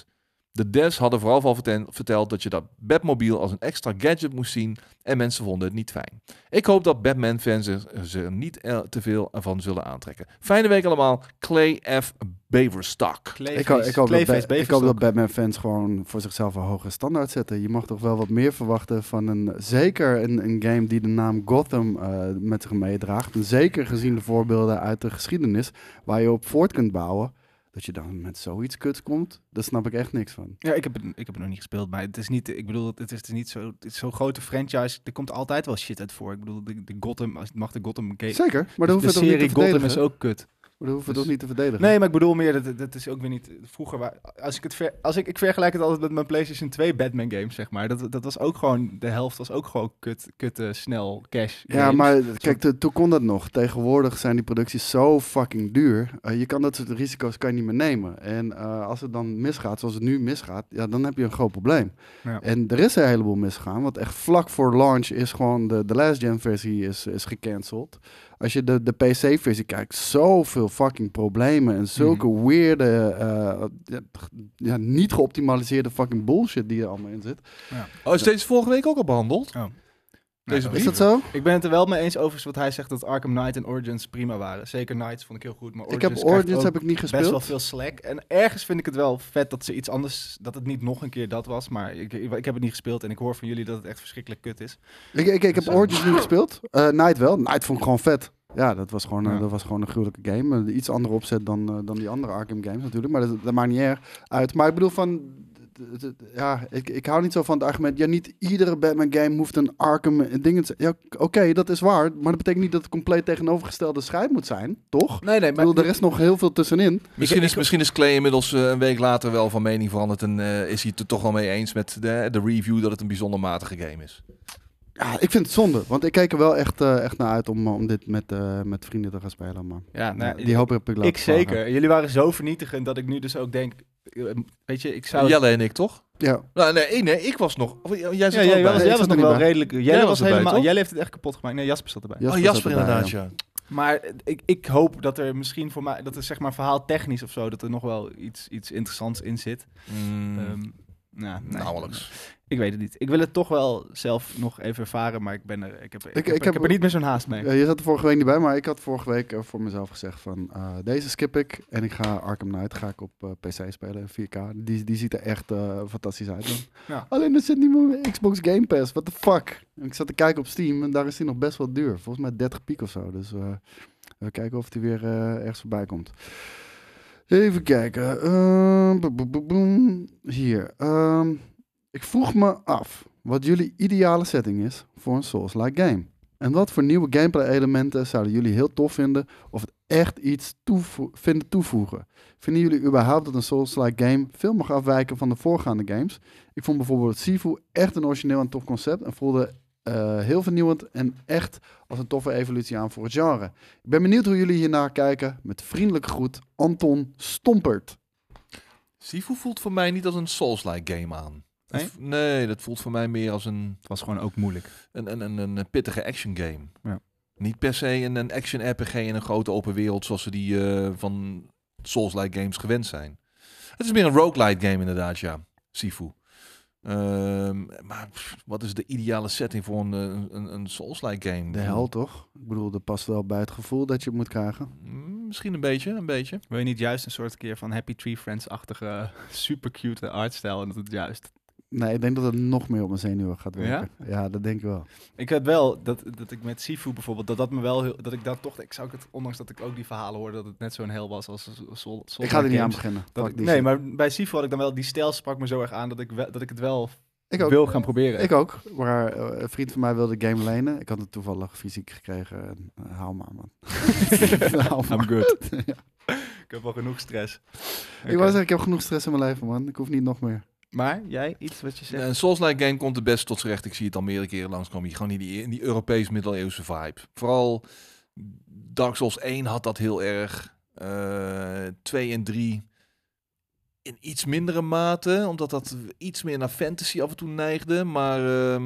De devs hadden vooral al vertel- verteld dat je dat Batmobile als een extra gadget moest zien en mensen vonden het niet fijn. Ik hoop dat Batman-fans er, ze er niet eh, te veel van zullen aantrekken. Fijne week allemaal, Clay F. Beverstock. Clayface, Ik, ho- ik, hoop dat Clayface Ba- ik hoop dat Beaverstok. Batman-fans gewoon voor zichzelf een hogere standaard zetten. Je mag toch wel wat meer verwachten van een... Zeker een, een game die de naam Gotham eh, met zich meedraagt. En zeker gezien de voorbeelden uit de geschiedenis waar je op voort kunt bouwen. Dat je dan met zoiets kuts komt, daar snap ik echt niks van. Ja, ik heb, het, ik heb het nog niet gespeeld, maar het is niet, ik bedoel, het is niet zo, het is zo'n grote franchise, er komt altijd wel shit uit voor. Ik bedoel, de, de Gotham, als het mag de Gotham game. Zeker, maar dan hoef de je het toch niet serie te Gotham verdedigen. is ook kut. Maar dan hoef je het Dus- toch niet te verdedigen. Nee, maar ik bedoel meer, dat, dat is ook weer niet, vroeger, waar, als ik het ver, als ik, ik vergelijk het altijd met mijn PlayStation twee Batman games, zeg maar. Dat, dat was ook gewoon, de helft was ook gewoon kut, kut eh, snel, cash Ja, games. maar kijk, te- toen kon dat nog. Tegenwoordig zijn die producties zo fucking duur. Uh, je kan dat soort risico's kan je niet meer nemen. En uh, als het dan misgaat, zoals het nu misgaat, ja, dan heb je een groot probleem. Ja. En er is een heleboel misgegaan, want echt vlak voor launch is gewoon de, de last gen versie is, is gecanceld. Als je de, de P C-versie kijkt, zoveel fucking problemen en zulke Mhm. weirde, uh, ja, ja, niet geoptimaliseerde fucking bullshit die er allemaal in zit. Oh, is deze vorige week ook al behandeld? Oh. Deze Nee, Is brief? dat zo? Ik ben het er wel mee eens overigens wat hij zegt dat Arkham Knight en Origins prima waren. Zeker Knights vond ik heel goed, maar Ik Origins heb krijgt Origins ook heb ik niet best wel gespeeld. veel slack. En ergens vind ik het wel vet dat ze iets anders, dat het niet nog een keer dat was. Maar ik, ik, ik heb het niet gespeeld en ik hoor van jullie dat het echt verschrikkelijk kut is. Ik, ik, ik heb Dus, Origins niet gespeeld. Uh, Night wel. Night vond ik gewoon vet. Ja, dat was gewoon, uh, Ja. dat was gewoon een gruwelijke game. Uh, iets andere opzet dan, uh, dan die andere Arkham games natuurlijk. Maar dat, dat maakt niet erg uit. Maar ik bedoel van... d- d- d- Ja, ik, ik hou niet zo van het argument... Ja, niet iedere Batman game hoeft een Arkham ding te... Ja, oké, okay, dat is waar. Maar dat betekent niet dat het compleet tegenovergestelde strijd moet zijn. Toch? Nee, nee, Ik bedoel, er is nog heel veel tussenin. Misschien is, misschien is Clay inmiddels uh, een week later wel van mening veranderd en uh, is hij het er toch wel mee eens met de, de review dat het een bijzonder matige game is. Ja, ik vind het zonde. Want ik keek er wel echt, uh, echt naar uit om, om dit met, uh, met vrienden te gaan spelen. Maar Ja, nou, ja, die hoop heb ik laten ik zeker. Jullie waren zo vernietigend dat ik nu dus ook denk... eh, Weet je, ik zou... Jelle en ik toch? Ja. Nou, nee, nee, ik was nog. Of, jij zat Ja, er jij, ook bij. was, Nee, jij ik was zat nog er wel niet bij. redelijk... Jij, Jij was was erbij, helemaal... toch? Jij heeft het echt kapot gemaakt. Nee, Jasper zat erbij. Jasper Oh, Jasper zat erbij, inderdaad, ja. ja. Maar ik, ik hoop dat er misschien voor mij... Dat er zeg maar verhaal technisch of zo... Dat er nog wel iets, iets interessants in zit. Mm, Ehm, nou, nee. nauwelijks. Ik weet het niet. Ik wil het toch wel zelf nog even ervaren, maar ik ben er, ik heb, ik, Ik- heb, ik ik heb- heb er niet meer zo'n haast mee. Ja, je zat er vorige week niet bij, maar ik had vorige week uh, voor mezelf gezegd van... Uh, deze skip ik en ik ga Arkham Knight ga ik op uh, P C spelen, vier K. Die, die ziet er echt uh, fantastisch uit. Dan. Ja. Alleen er zit niet meer mijn Xbox Game Pass, what the fuck? En ik zat te kijken op Steam en daar is die nog best wel duur. Volgens mij dertig piek of zo. Dus uh, we kijken of die weer uh, ergens voorbij komt. Even kijken. Uh, boem, boem, boem, boem. Hier. Um, ik vroeg me af wat jullie ideale setting is voor een Souls-like game. En wat voor nieuwe gameplay-elementen zouden jullie heel tof vinden of het echt iets toevo- vinden toevoegen? Vinden jullie überhaupt dat een Souls-like game veel mag afwijken van de voorgaande games? Ik vond bijvoorbeeld Sifu echt een origineel en tof concept en voelde uh, heel vernieuwend en echt als een toffe evolutie aan voor het genre. Ik ben benieuwd hoe jullie hiernaar kijken. Met vriendelijke groet, Anton Stompert. Sifu voelt voor mij niet als een Souls-like game aan. Nee? Dat v- nee, dat voelt voor mij meer als een, Het was gewoon ook moeilijk. een, een, een, een pittige action game. Ja. Niet per se een, een action R P G in een grote open wereld zoals we die uh, van Souls-like games gewend zijn. Het is meer een roguelite game inderdaad, ja. Sifu. Um, maar pff, wat is de ideale setting voor een, een, een Souls-like game? De hel toch? Ik bedoel, dat past wel bij het gevoel dat je het moet krijgen. Mm, misschien een beetje, een beetje. Wil je niet juist een soort keer van Happy Tree Friends-achtige super cute artstijl en dat het juist... Nee, ik denk dat het nog meer op mijn zenuwen gaat werken. Ja, ja dat denk ik wel. Ik heb wel, dat, dat ik met Sifu bijvoorbeeld, dat dat me wel heel, dat ik dat toch, ik zou het, ondanks dat ik ook die verhalen hoorde, dat het net zo'n hel was als Soul, Soul Ik ga er niet aan games, beginnen. dat Fuck ik- die nee, shit. maar bij Sifu had ik dan wel, die stijl sprak me zo erg aan dat ik, wel, dat ik het wel Ik ook. wil gaan proberen. Ik ook. Maar uh, een vriend van mij wilde de game lenen. Ik had het toevallig fysiek gekregen. En, uh, haal maar, man. Haal maar. I'm good. Ja. Ik heb wel genoeg stress. Ik wou zeggen, ik heb genoeg stress in mijn leven, man. Ik hoef niet nog meer. Maar jij, iets wat je zegt? Een Souls-like game komt het best tot z'n recht. Ik zie het al meerdere keren langskomen. Je gewoon in die, in die Europees middeleeuwse vibe. Vooral Dark Souls één had dat heel erg. Uh, twee en drie in iets mindere mate. Omdat dat iets meer naar fantasy af en toe neigde. Maar uh,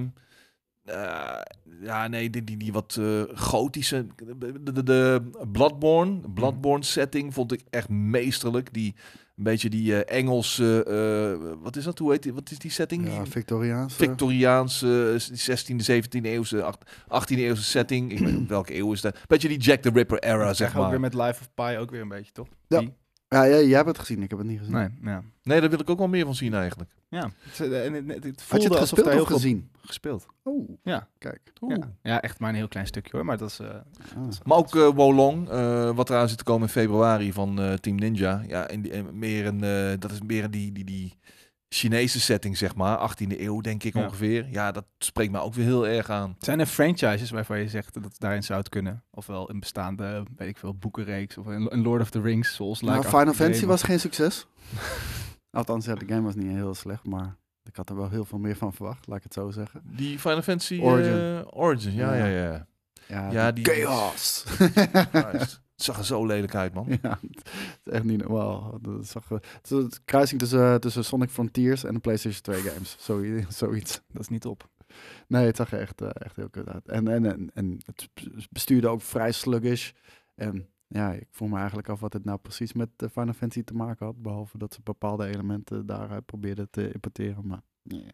uh, ja, nee, die, die, die wat uh, gotische... De, de, de Bloodborne, Bloodborne setting vond ik echt meesterlijk. Die Een beetje die uh, Engelse, uh, wat is dat? Hoe heet die? Wat is die setting? Ja, Victoriaanse. Victoriaanse, zestiende, zeventiende eeuwse, achttiende eeuwse setting. Ik weet niet welke eeuw is dat. Beetje die Jack the Ripper era, zeg maar. Ook weer met Life of Pi ook weer een beetje, toch? Ja. Die? Ja, ja, jij hebt het gezien, ik heb het niet gezien. Nee, ja. Nee, daar wil ik ook wel meer van zien eigenlijk. Ja. Het, en het, het, het Had je voelde het alsof gespeeld daar heel of veel gezien? gespeeld. Oh, Ja. kijk. Oeh. Ja. ja, echt maar een heel klein stukje hoor, maar dat is... Uh, Ah. dat is Maar ook uh, Wolong, uh, wat eraan zit te komen in februari van uh, Team Ninja. Ja, in die, in meer een, uh, dat is meer een die, die, die Chinese setting, zeg maar. achttiende eeuw, denk ik Ja. ongeveer. Ja, dat spreekt me ook weer heel erg aan. Zijn er franchises waarvan je zegt dat het daarin zou het kunnen? Ofwel een bestaande, weet ik veel, boekenreeks of een, een Lord of the Rings, Souls like. Nou, Final Fantasy was geen succes. Althans, ja, de game was niet heel slecht, maar ik had er wel heel veel meer van verwacht, laat ik het zo zeggen. Die Final Fantasy Origin. Uh, Origin, ja, ja, Ja. ja. Ja, Ja, die die- chaos. Juist. Het zag er zo lelijk uit, man. Ja, het is echt niet normaal. Dat zag, het is een kruising tussen, uh, tussen Sonic Frontiers en de PlayStation twee games. Zoiets. zoiets. Dat is niet op. Nee, het zag er echt, uh, echt heel kut uit. En, en, en, en het bestuurde ook vrij sluggish. En ja, ik vroeg me eigenlijk af wat het nou precies met uh, Final Fantasy te maken had. Behalve dat ze bepaalde elementen daaruit probeerden te importeren. Maar nee.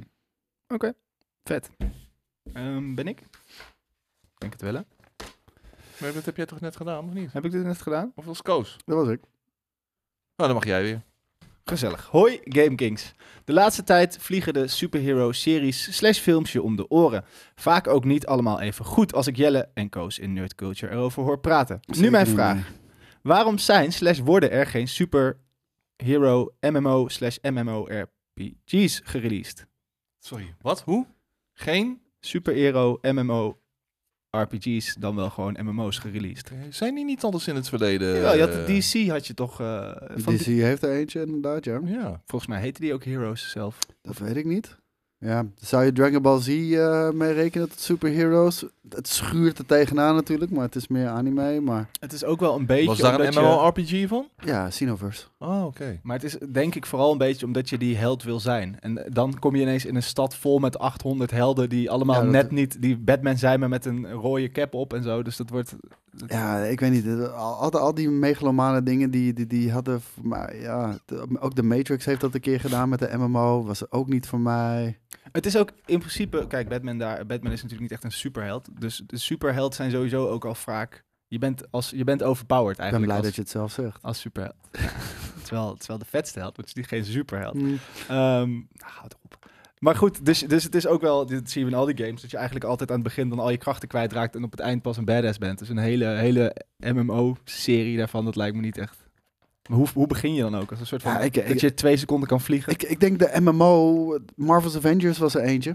Vet. Um, ben ik? Ik denk het wel, hè? Maar dat heb jij toch net gedaan, of niet? Heb ik dit net gedaan? Of was Koos? Dat was ik. Nou, dan mag jij weer. Gezellig. Hoi, Game Kings. De laatste tijd vliegen de superhero-series slash films je om de oren. Vaak ook niet allemaal even goed als ik Jelle en Koos in Nerd Culture erover hoor praten. Zeker nu mijn niet, vraag. nee. Waarom zijn slash worden er geen superhero M M O slash MMORPG's gereleased? Sorry. Wat? Hoe? Geen? Superhero M M O R P G's dan wel gewoon M M O's gereleased. Eh, Zijn die niet anders in het verleden? Jawel, je had de eh, D C had je toch... uh, van D C heeft er eentje inderdaad, ja. Ja. Volgens mij heette die ook Heroes zelf. Dat weet ik niet. Ja, zou je Dragon Ball Z uh, mee rekenen tot superheroes? Het schuurt er tegenaan natuurlijk, maar het is meer anime. Maar Het is ook wel een beetje... Was daar een omdat je- MMORPG van? ja, Xenoverse. Oh, oké. Maar het is denk ik vooral een beetje omdat je die held wil zijn. En dan kom je ineens in een stad vol met achthonderd helden die allemaal Ja, dat- net niet... Die Batman zijn, maar met een rode cap op en zo. Dus dat wordt... Ja, ik weet niet. het- Al, al, al die megalomane dingen die, die, die hadden voor mij... Ja, de- ook de Matrix heeft dat een keer gedaan met de M M O. Was ook niet voor mij. Het is ook in principe... Kijk, Batman, daar, Batman is natuurlijk niet echt een superheld. Dus de superheld zijn sowieso ook al vaak... Je bent, als, je bent overpowered Ik ben eigenlijk blij als, dat je het zelf zegt. als superheld. Ja, het, is wel, het is wel de vetste held, maar het is niet geen superheld. Mm. Ehm nou, houd op. Maar goed, dus, dus het is ook wel, dit zien we in al die games, dat je eigenlijk altijd aan het begin dan al je krachten kwijtraakt en op het eind pas een badass bent. Dus een hele, hele M M O-serie daarvan, dat lijkt me niet echt. Maar hoe, hoe begin je dan ook? Als een soort van, Ja, ik- dat ik- je twee seconden kan vliegen? Ik, ik denk de M M O, Marvel's Avengers was er eentje.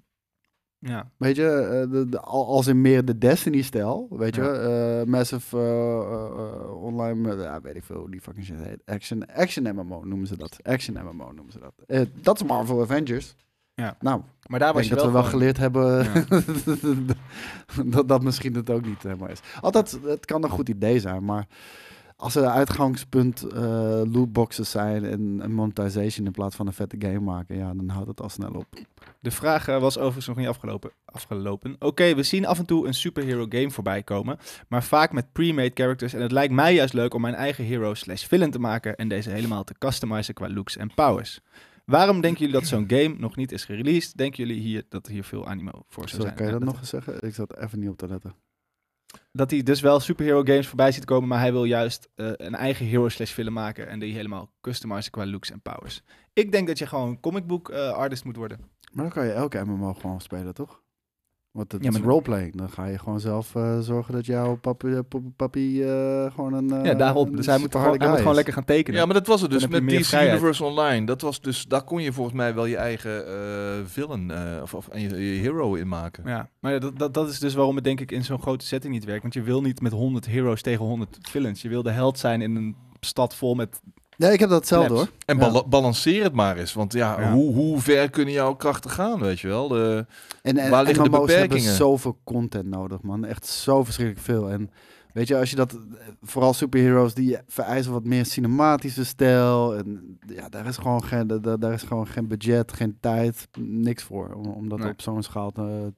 ja. Weet je, eh, de, de, al- als in meer de Destiny-stijl, weet je, Ja. eh, Massive eh, eh, eh, Online, eh, ja, weet ik veel hoe die fucking shit heet. Action, action M M O noemen ze dat. Action M M O noemen ze dat. Eh, dat is Marvel Avengers. Ja. Nou, Maar daar ik was denk je dat wel we wel gewoon- geleerd hebben dat dat misschien het ook niet helemaal is. Altijd, het kan een goed idee zijn, maar als er uitgangspunt eh, lootboxes zijn en, en monetization in plaats van een vette game maken, ja, dan houdt het al snel op. De vraag eh, was overigens nog niet afgelopen. afgelopen. Oké, we zien af en toe een superhero game voorbij komen, maar vaak met pre-made characters. En het lijkt mij juist leuk om mijn eigen hero slash villain te maken en deze helemaal te customizen qua looks en powers. Waarom denken jullie dat zo'n game nog niet is gereleased? Denken jullie hier dat hier veel animo voor zou Sorry, zijn? kan je dat Ja, nog eens zeggen? Ik zat even niet op te letten. Dat hij dus wel superhero games voorbij ziet komen, maar hij wil juist eh, een eigen hero slash film maken en die helemaal customizen qua looks en powers. Ik denk dat je gewoon comic book eh, artist moet worden. Maar dan kan je elke M M O gewoon spelen, toch? Want het Ja, is maar- roleplaying. Dan ga je gewoon zelf eh, zorgen dat jouw papi, eh, pop- papi eh, gewoon een eh, ja, daarom. een Dus hij moet, superharde gewoon, hij moet guy gewoon is. lekker gaan tekenen. Ja, maar dat was het Dan dus heb je met meer D C vrijheid. Universe Online. Dat was dus, daar kon je volgens mij wel je eigen eh villain eh, of, of en je, je hero in maken. Ja, maar ja, dat, dat, dat is dus waarom het denk ik in zo'n grote setting niet werkt. Want je wil niet met honderd heroes tegen honderd villains. Je wil de held zijn in een stad vol met... Ja, ik heb dat hetzelfde Plebs. hoor. En Ja. bala- balanceer het maar eens. Want ja, Ja. Hoe, hoe ver kunnen jouw krachten gaan, weet je wel? De, En, en Waar liggen de M M O's hebben beperkingen? zoveel content nodig, man. Echt zo verschrikkelijk veel. En weet je, als je dat... Vooral superheroes, die vereisen wat meer cinematische stijl. En ja, daar is gewoon geen, daar, daar is gewoon geen budget, geen tijd, niks voor. Om, om dat Nee. op zo'n schaal te, te doen.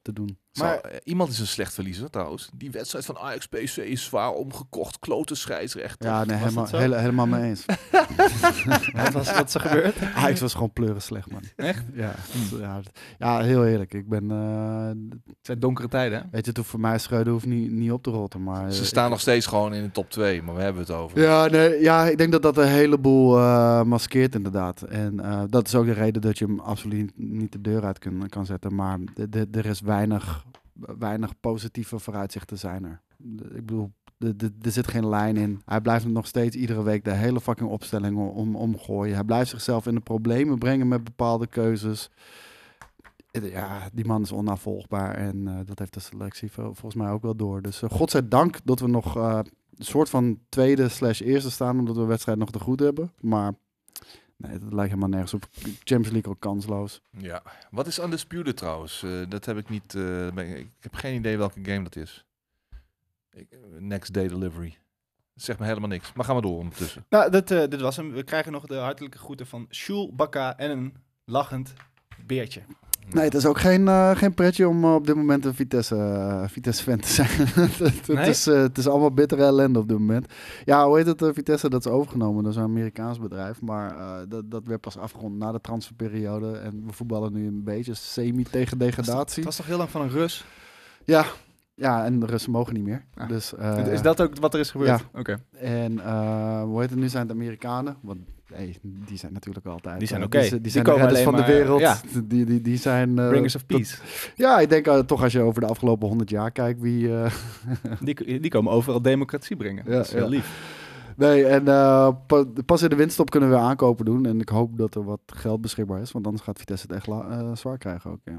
Maar Maar- uh, iemand is een slecht verliezer trouwens. Die wedstrijd van Ajax P S V is zwaar omgekocht. Klote scheidsrechter. Ja, nee, Was helemaal, dat zo? hele, helemaal mee eens. Wat was wat is er gebeurd? Ajax was gewoon pleuren slecht, man. Echt? Ja, ja, ja, heel eerlijk. Ik ben, uh, Het zijn donkere tijden, hè? weet je, toen voor mij Schreuder hoeft niet, niet op te rotten, maar... Ze uh, staan ik- nog steeds gewoon in de top twee, maar we hebben het over. Ja, nee, ja, ik denk dat dat een heleboel uh, maskeert inderdaad. En uh, dat is ook de reden dat je hem absoluut niet de deur uit kan, kan zetten. Maar de, de, er is weinig, weinig positieve vooruitzichten zijn er. De- ik bedoel, de, de, er zit geen lijn in. Hij blijft nog steeds iedere week de hele fucking opstelling om, om, omgooien. Hij blijft zichzelf in de problemen brengen met bepaalde keuzes. Ja, die man is onnavolgbaar en uh, dat heeft de selectie vol- volgens mij ook wel door. Dus uh, godzijdank dat we nog uh, een soort van tweede slash eerste staan, omdat we de wedstrijd nog te goed hebben. Maar nee, dat lijkt helemaal nergens op. Champions League ook kansloos. Ja. Wat is Undisputed trouwens? Uh, dat heb ik niet... Uh, ben ik, ik heb geen idee welke game dat is. Ik, next Day Delivery. Dat zegt me helemaal niks. Maar gaan we door ondertussen. Nou, dit, uh, dit was hem. We krijgen nog de hartelijke groeten van Sjoel, Bakka en een lachend beertje. Nee, het is ook geen, uh, geen pretje om uh, op dit moment een Vitesse, uh, Vitesse-fan te zijn. het, het, Nee? is, uh, het is allemaal bittere ellende op dit moment. Ja, hoe heet het? Uh, Vitesse, dat is overgenomen. Dat is een Amerikaans bedrijf. Maar uh, dat, dat werd pas afgerond na de transferperiode. En we voetballen nu een beetje semi tegen Het degradatie. was toch heel lang van een Rus? Ja, ja, en de Russen mogen niet meer. Ah. Dus, uh, Is dat ook wat er is gebeurd? ja. Oké. En uh, hoe heet het nu? Zijn het Amerikanen? Want nee, die zijn natuurlijk altijd. Die zijn uh, oké. Die, die Die zijn de komen redders van de alleen maar- wereld. ja. Die, die, die zijn. Uh, Bringers of dat- Peace. Ja, ik denk uh, toch als je over de afgelopen honderd jaar kijkt wie. Uh, Die, die komen overal democratie brengen. Ja, dat is heel ja. lief. nee, en uh, pa- pas in de winststop kunnen we aankopen doen. En ik hoop dat er wat geld beschikbaar is. Want anders gaat Vitesse het echt la- uh, zwaar krijgen ook. Ja.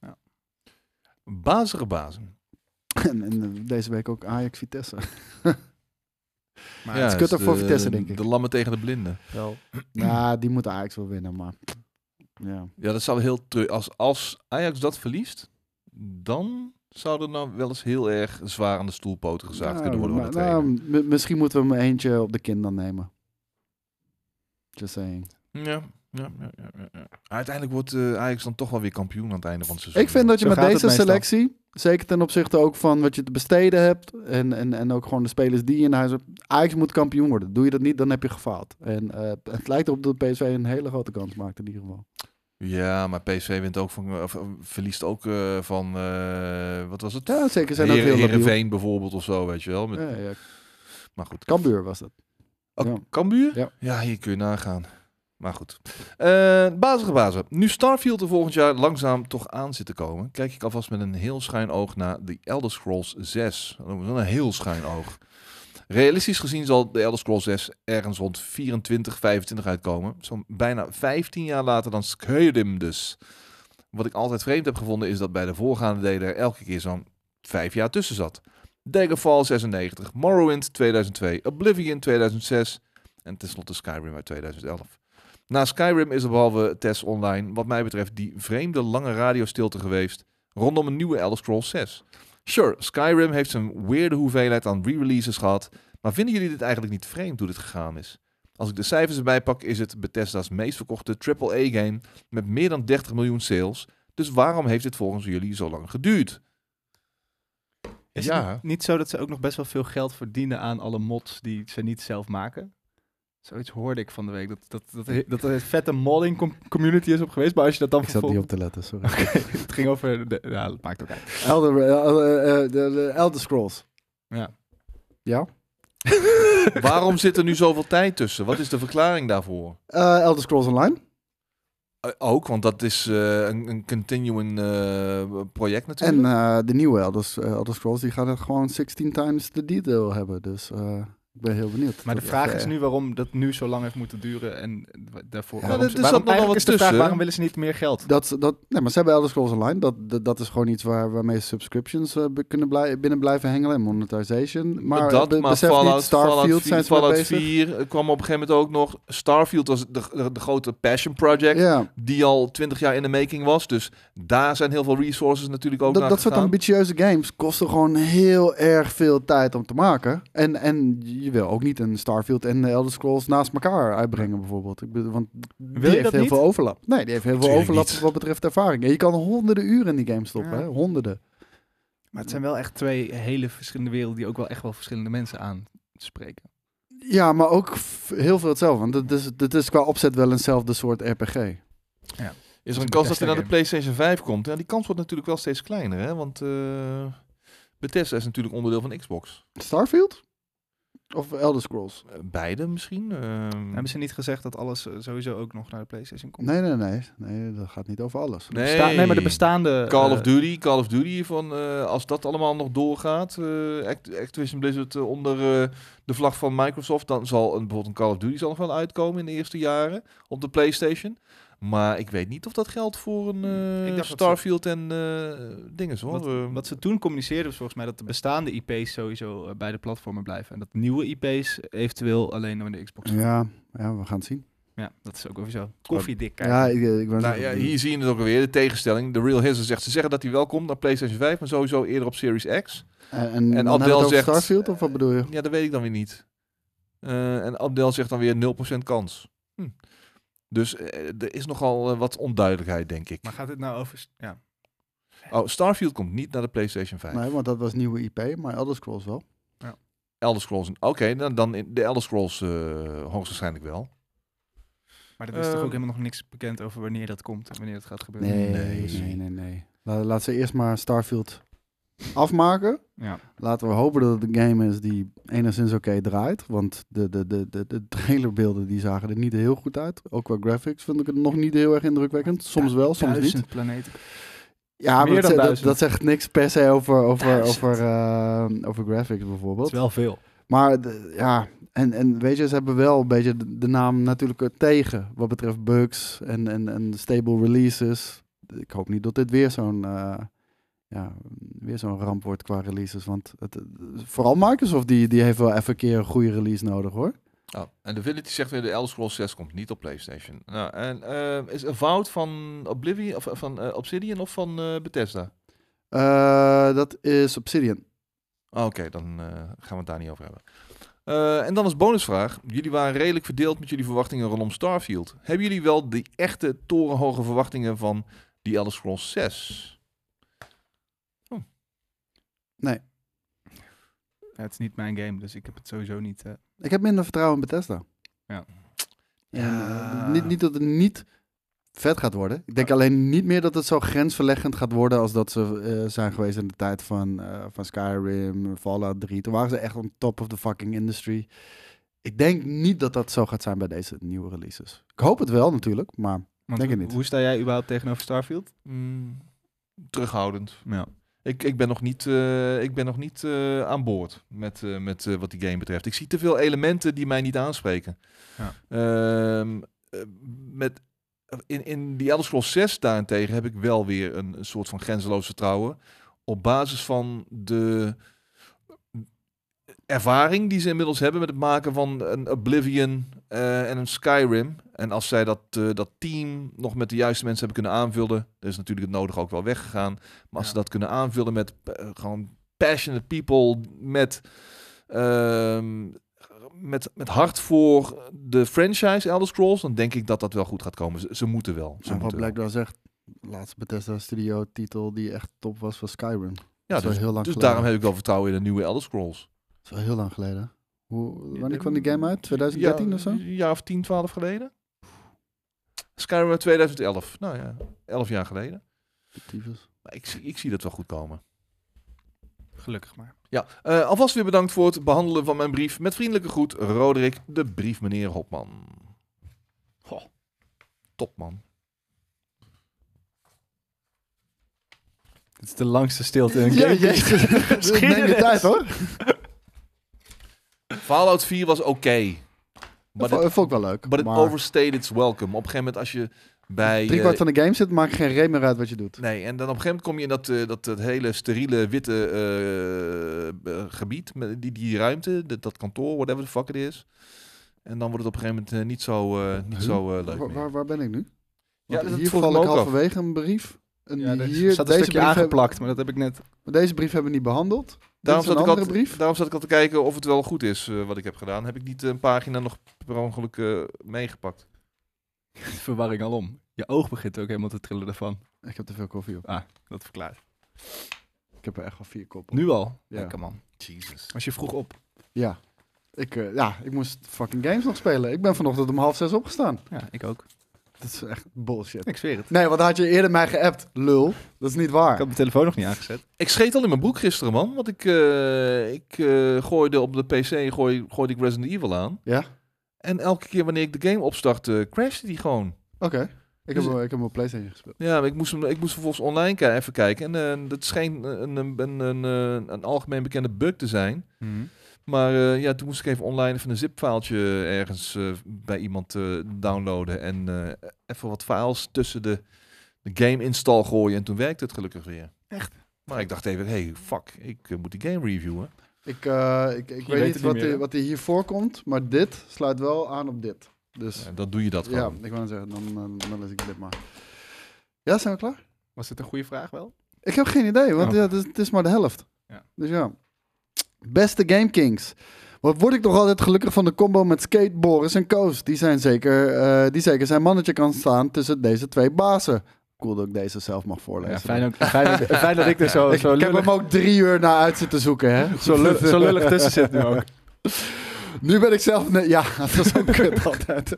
Bazige bazen. En, en uh, deze week ook Ajax Vitesse. Maar het is het kutter de- voor Vitesse, denk ik. De lammen tegen de blinden. Wel. Nou, die moeten Ajax wel winnen, maar. Ja. Ja, dat zou heel... Te- als, als Ajax dat verliest, dan zou er nou wel eens heel erg zwaar aan de stoelpoten gezaagd Nou, kunnen worden. maar- door de nou, trainer. m- misschien moeten we hem eentje op de kin dan nemen. Just saying. Ja, ja, ja, ja, ja, ja. Uiteindelijk wordt uh, Ajax dan toch wel weer kampioen aan het einde van het seizoen. Ik vind dat je Zo met gaat het deze meestal. selectie, zeker ten opzichte ook van wat je te besteden hebt en, en, en ook gewoon de spelers die je in huis hebt, Ajax moet kampioen worden. Doe je dat niet, dan heb je gefaald. En uh, het lijkt erop dat P S V een hele grote kans maakt in ieder geval. Ja, maar P S V wint ook van, of, uh, verliest ook uh, van, uh, wat was het? Ja, zeker zijn ook Heer- heel labiel. Heerenveen bijvoorbeeld of zo, weet je wel. Met, Ja, ja. Maar goed. Cambuur was dat. Oh, Ja. Cambuur? Ja. Ja, hier kun je nagaan. Maar goed. Uh, bazige bazen. Nu Starfield er volgend jaar langzaam toch aan zit te komen, kijk ik alvast met een heel schuin oog naar The Elder Scrolls zes. Een heel schuin oog. Realistisch gezien zal The Elder Scrolls zes ergens rond vierentwintig, vijfentwintig uitkomen. Zo'n bijna vijftien jaar later dan Skyrim dus. Wat ik altijd vreemd heb gevonden is dat bij de voorgaande delen er elke keer zo'n vijf jaar tussen zat. Daggerfall zesennegentig, Morrowind tweeduizend twee, Oblivion tweeduizend zes en tenslotte Skyrim uit tweeduizend elf. Na Skyrim is er behalve T E S Online wat mij betreft die vreemde lange radiostilte geweest rondom een nieuwe Elder Scrolls zes. Sure, Skyrim heeft zijn weirde hoeveelheid aan re-releases gehad, maar vinden jullie dit eigenlijk niet vreemd hoe dit gegaan is? Als ik de cijfers erbij pak, is het Bethesda's meest verkochte triple A game met meer dan dertig miljoen sales. Dus waarom heeft dit volgens jullie zo lang geduurd? Is Ja. het niet zo dat ze ook nog best wel veel geld verdienen aan alle mods die ze niet zelf maken? Zoiets hoorde ik van de week. Dat, dat, dat, er- dat er een vette modding com- community is op geweest. Maar als je dat dan Ik zat niet vervolgens... op te letten, sorry. Het ging over... De, ja, dat maakt ook uit. Elder, uh, uh, uh, de, de Elder Scrolls. Ja. Ja? Waarom zit er nu zoveel tijd tussen? Wat is de verklaring daarvoor? Uh, Elder Scrolls Online. Uh, ook, want dat is uh, een, een continuing uh, project En natuurlijk. uh, de nieuwe Elder, uh, Elder Scrolls, die gaat er gewoon zestien times de detail hebben. Dus uh, ik ben heel benieuwd. Maar de Dat- vraag uh, is nu waarom dat nu zo lang heeft moeten duren. En daarvoor... Ja, waarom, er- ze- er waarom, zat nog wel eigenlijk wat is de vraag, tussen. waarom willen ze niet meer geld? Dat, dat, nee, maar ze hebben Elder Scrolls Online. Dat, dat, dat is gewoon iets waar, waarmee subscriptions uh, be- kunnen blij, binnen blijven hengelen. En monetization. Maar, dat, be- maar besef Fallout, niet, Starfield Fallout, zijn ze mee Fallout bezig. vier kwam op een gegeven moment ook nog. Starfield was de, de, de grote passion project. Ja, Die al twintig jaar in de making was. Dus daar zijn heel veel resources natuurlijk ook dat, naar dat soort gegaan. ambitieuze games kosten gewoon heel erg veel tijd om te maken. En, en je wil ook niet een Starfield en Elder Scrolls naast elkaar uitbrengen bijvoorbeeld. Ik bedoel, want die je heeft dat heel niet? veel overlap. Nee, die heeft heel veel Tuurlijk overlap niet. wat betreft ervaring. En je kan honderden uren in die game stoppen, Ja. hè? Honderden. Maar het zijn wel echt twee hele verschillende werelden die ook wel echt wel verschillende mensen aanspreken. Ja, maar ook f- heel veel hetzelfde. Want het is, het is qua opzet wel eenzelfde soort R P G. Ja. Is er een een kans dat hij naar de Bethesda-game. PlayStation vijf komt? Ja, die kans wordt natuurlijk wel steeds kleiner, hè? Want uh, Bethesda is natuurlijk onderdeel van Xbox. Starfield? Of Elder Scrolls? Uh, beide misschien. Uh, Hebben ze niet gezegd dat alles uh, sowieso ook nog naar de PlayStation komt? Nee, nee, nee. Nee, dat gaat niet over alles. Nee, Besta- nee maar de bestaande... Call uh, of Duty, Call of Duty, van, uh, als dat allemaal nog doorgaat, uh, Act- Activision Blizzard uh, onder uh, de vlag van Microsoft, dan zal een, bijvoorbeeld een Call of Duty zal nog wel uitkomen in de eerste jaren op de PlayStation. Maar ik weet niet of dat geldt voor een uh, Ik dacht Starfield en uh, dingen hoor. Wat, Uh, wat ze toen communiceerden was volgens mij dat de bestaande I P's sowieso uh, bij de platformen blijven. En dat nieuwe I P's eventueel alleen naar de Xbox. Ja, ja, we gaan het zien. Ja, dat is ook over zo. Koffiedik kijken. Ja, ik, ik ben nou, ja, hier zie je het ook alweer, de tegenstelling. De Real Hizzle zegt, ze zeggen dat hij wel komt naar PlayStation vijf, maar sowieso eerder op Series X. En, en, En dan hebben we Abdel het over zegt- Starfield, of wat bedoel je? Ja, dat weet ik dan weer niet. Uh, en Abdel zegt dan weer nul procent kans. Hm. Dus uh, er is nogal uh, wat onduidelijkheid, denk ik. Maar gaat dit nou over... Ja. Oh, Starfield komt niet naar de PlayStation vijf. Nee, want dat was nieuwe I P, maar Elder Scrolls wel. Elder Scrolls. Oké, okay, dan, dan in de Elder Scrolls uh, hoogstwaarschijnlijk wel. Maar er is toch Uh, ook helemaal nog niks bekend over wanneer dat komt en wanneer dat gaat gebeuren? Nee, Nee. nee, nee, nee. La, laat ze eerst maar Starfield afmaken. Ja. Laten we hopen dat het een game is die enigszins oké okay draait. Want de, de, de, de, de trailerbeelden die zagen er niet heel goed uit. Ook qua graphics vind ik het nog niet heel erg indrukwekkend. Soms wel, soms niet. Duizend planeten. Ja, Meer maar dan dat, dat, duizend. dat zegt niks per se over, over, Duizend. over, uh, over graphics Dat bijvoorbeeld. is wel veel. Maar de- ja, en, en weet je, ze hebben wel een beetje de, de naam natuurlijk er tegen. Wat betreft bugs en, en, en stable releases. Ik hoop niet dat dit weer zo'n uh, ja, weer zo'n ramp wordt qua releases. Want het, vooral Microsoft die, die heeft wel even een keer een goede release nodig hoor. Oh, en Divinity zegt weer de Elder Scrolls zes komt niet op PlayStation. Nou, en uh, is een fout van Oblivion of van uh, Obsidian of van uh, Bethesda? Uh, dat is Obsidian. Oké, okay, dan uh, gaan we het daar niet over hebben. Uh, en dan als bonusvraag. Jullie waren redelijk verdeeld met jullie verwachtingen rondom Starfield. Hebben jullie wel die echte torenhoge verwachtingen van die Elder Scrolls zes? Oh. Nee. Ja, het is niet mijn game, dus ik heb het sowieso niet... Uh... Ik heb minder vertrouwen in Bethesda. Ja. En, Ja. uh, niet, niet dat het niet vet gaat worden. Ik denk Oh. alleen niet meer dat het zo grensverleggend gaat worden als dat ze uh, zijn geweest in de tijd van, uh, van Skyrim, Fallout drie. Toen waren ze echt on top of the fucking industry. Ik denk niet dat dat zo gaat zijn bij deze nieuwe releases. Ik hoop het wel natuurlijk, maar Want denk het hoe, niet. hoe sta jij überhaupt tegenover Starfield? Mm, terughoudend. Ja. Ik, ik ben nog niet, uh, ik ben nog niet uh, aan boord met, uh, met uh, wat die game betreft. Ik zie te veel elementen die mij niet aanspreken. Ja. Um, uh, met, in, in die Elder Scrolls zes daarentegen heb ik wel weer een, een soort van grenzeloos vertrouwen. Op basis van de ervaring die ze inmiddels hebben met het maken van een Oblivion uh, en een Skyrim. En als zij dat, uh, dat team nog met de juiste mensen hebben kunnen aanvullen, er is natuurlijk het nodige ook wel weggegaan. Maar als Ja. ze dat kunnen aanvullen met uh, gewoon passionate people, met, uh, met, met hart voor de franchise Elder Scrolls, dan denk ik dat dat wel goed gaat komen. Ze, ze moeten wel. Ze En wat moeten wel. Black zegt, de laatste Bethesda Studio titel die echt top was, was Skyrim. Ja, is wel dus, heel lang dus geleden. daarom heb ik wel vertrouwen in de nieuwe Elder Scrolls. Dat is wel heel lang geleden. Hoe, wanneer kwam die game uit? twintig dertien ja, of zo? Een jaar of tien, twaalf geleden. Skyrim uit twintig elf. Nou ja, elf jaar geleden. Tyfus. Maar ik, zie- ik zie dat wel goed komen. Gelukkig maar. Ja, uh, alvast weer bedankt voor het behandelen van mijn brief. Met vriendelijke groet, Roderick, de brief meneer Hopman. Goh, top man. Het is de langste stilte in een Ja, game. jezus. Neem je tijd hoor. Fallout vier was oké. Okay, Dat but, vo- it- vond ik wel leuk. but it maar overstayed its welcome. Op een gegeven moment als je bij... drie kwart uh, van de game zit, maakt geen reet meer uit wat je doet. Nee, en dan op een gegeven moment kom je in dat, uh, dat, dat hele steriele witte uh, uh, gebied, met die, die ruimte, dat, dat kantoor, whatever the fuck it is. En dan wordt het op een gegeven moment uh, niet zo, uh, niet Huh? zo uh, leuk Waar, meer. waar, waar ben ik nu? Ja, Want dat hier vroeg val me ik ook af. halverwege een brief. En Ja, er hier, staat een deze stukje brief, heb- aangeplakt, maar dat heb ik net... deze brief hebben we niet behandeld. Daarom Dit is zat, een ik al, andere brief. daarom zat ik al te kijken of het wel goed is uh, wat ik heb gedaan. Heb ik niet een pagina nog per ongeluk uh, meegepakt. Verwarring alom. Je oog begint ook helemaal te trillen ervan. Ik heb te veel koffie op. Ah, dat verklaart. Ik heb er echt wel vier koppen. Nu al? Ja. Lekker man. Jesus. Was je vroeg op? Ja. Ik, uh, ja, ik moest fucking games nog spelen. Ik ben vanochtend om half zes opgestaan. Ja, ik ook. Dat is echt bullshit. Ik zweer het. Nee, want had je eerder mij geappt, lul. Dat is niet waar. Ik had mijn telefoon nog niet aangezet. Ik scheet al in mijn broek gisteren, man. Want ik, uh, ik uh, gooide op de P C gooi, gooide ik Resident Evil aan. Ja? En elke keer wanneer ik de game opstartte, crashte die gewoon. Oké. Okay. Ik, Dus, heb, ik heb hem op PlayStation gespeeld. Ja, maar ik moest, hem, ik moest vervolgens online k- even kijken. En uh, dat scheen een, een, een, een, een algemeen bekende bug te zijn. Mm-hmm. Maar uh, ja, toen moest ik even online even een zip-filetje ergens uh, bij iemand uh, downloaden. En uh, even wat files tussen de, de game-install gooien. En toen werkte het gelukkig weer. Echt? Maar ik dacht even, hey, fuck, ik uh, moet die game reviewen. Ik, uh, ik, ik weet niet wat, die, wat die hier voorkomt, maar dit sluit wel aan op dit. Dus Ja, dan doe je dat gewoon. ja, ik wou zeggen, dan, dan, dan lees ik dit maar. Ja, zijn we klaar? Was het een goede vraag wel? Ik heb geen idee, want Oh. ja, het, is, het is maar de helft. Ja. Dus ja. Beste Game Kings. Wat word ik toch altijd gelukkig van de combo met Skate, Boris en Koos. Die, zijn zeker, uh, die zeker zijn mannetje kan staan tussen deze twee bazen. Cool dat ik deze zelf mag voorlezen. Ja, fijn, ook, fijn, ook, fijn dat ik er zo, ik, zo ik heb hem ook drie uur naar uit zitten zoeken, hè? zo, lullig, zo lullig tussen zit nu ook. Nu ben ik zelf net... Ja, dat is ook kut altijd.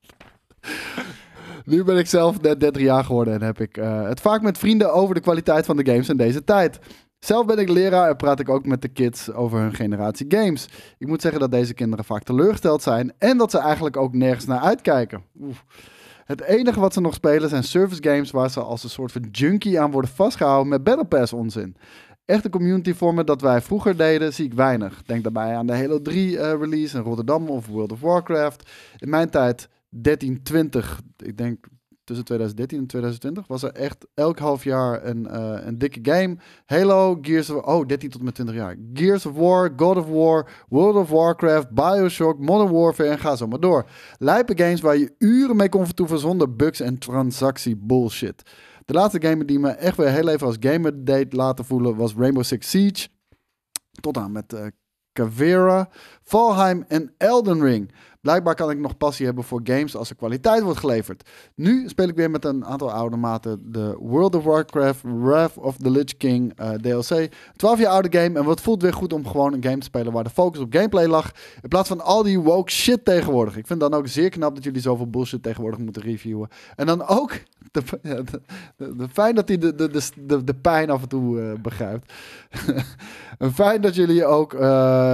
Nu ben ik zelf net dertig jaar geworden en heb ik uh, het vaak met vrienden over de kwaliteit van de games in deze tijd. Zelf ben ik leraar en praat ik ook met de kids over hun generatie games. Ik moet zeggen dat deze kinderen vaak teleurgesteld zijn en dat ze eigenlijk ook nergens naar uitkijken. Oef. Het enige wat ze nog spelen zijn service games waar ze als een soort van junkie aan worden vastgehouden met Battle Pass onzin. Echte community vormen dat wij vroeger deden, zie ik weinig. Denk daarbij aan de Halo drie uh, release in Rotterdam of World of Warcraft. In mijn tijd dertien twintig, ik denk tussen twintig dertien en twintig twintig, was er echt elk half jaar een, uh, een dikke game. Halo, Gears of... Oh, dertien tot en met twintig jaar. Gears of War, God of War, World of Warcraft, Bioshock, Modern Warfare en ga zo maar door. Lijpe games waar je uren mee kon vertoeven zonder bugs en transactie bullshit. De laatste game die me echt weer heel even als gamer deed laten voelen was Rainbow Six Siege. Tot aan met uh, Caveira, Valheim en Elden Ring. Blijkbaar kan ik nog passie hebben voor games als er kwaliteit wordt geleverd. Nu speel ik weer met een aantal oude maten de World of Warcraft Wrath of the Lich King uh, D L C. twaalf jaar oude game en wat voelt weer goed om gewoon een game te spelen waar de focus op gameplay lag. In plaats van al die woke shit tegenwoordig. Ik vind dan ook zeer knap dat jullie zoveel bullshit tegenwoordig moeten reviewen. En dan ook de, de, de, de fijn dat hij de, de, de, de, de pijn af en toe uh, begrijpt. En fijn dat jullie ook... Uh,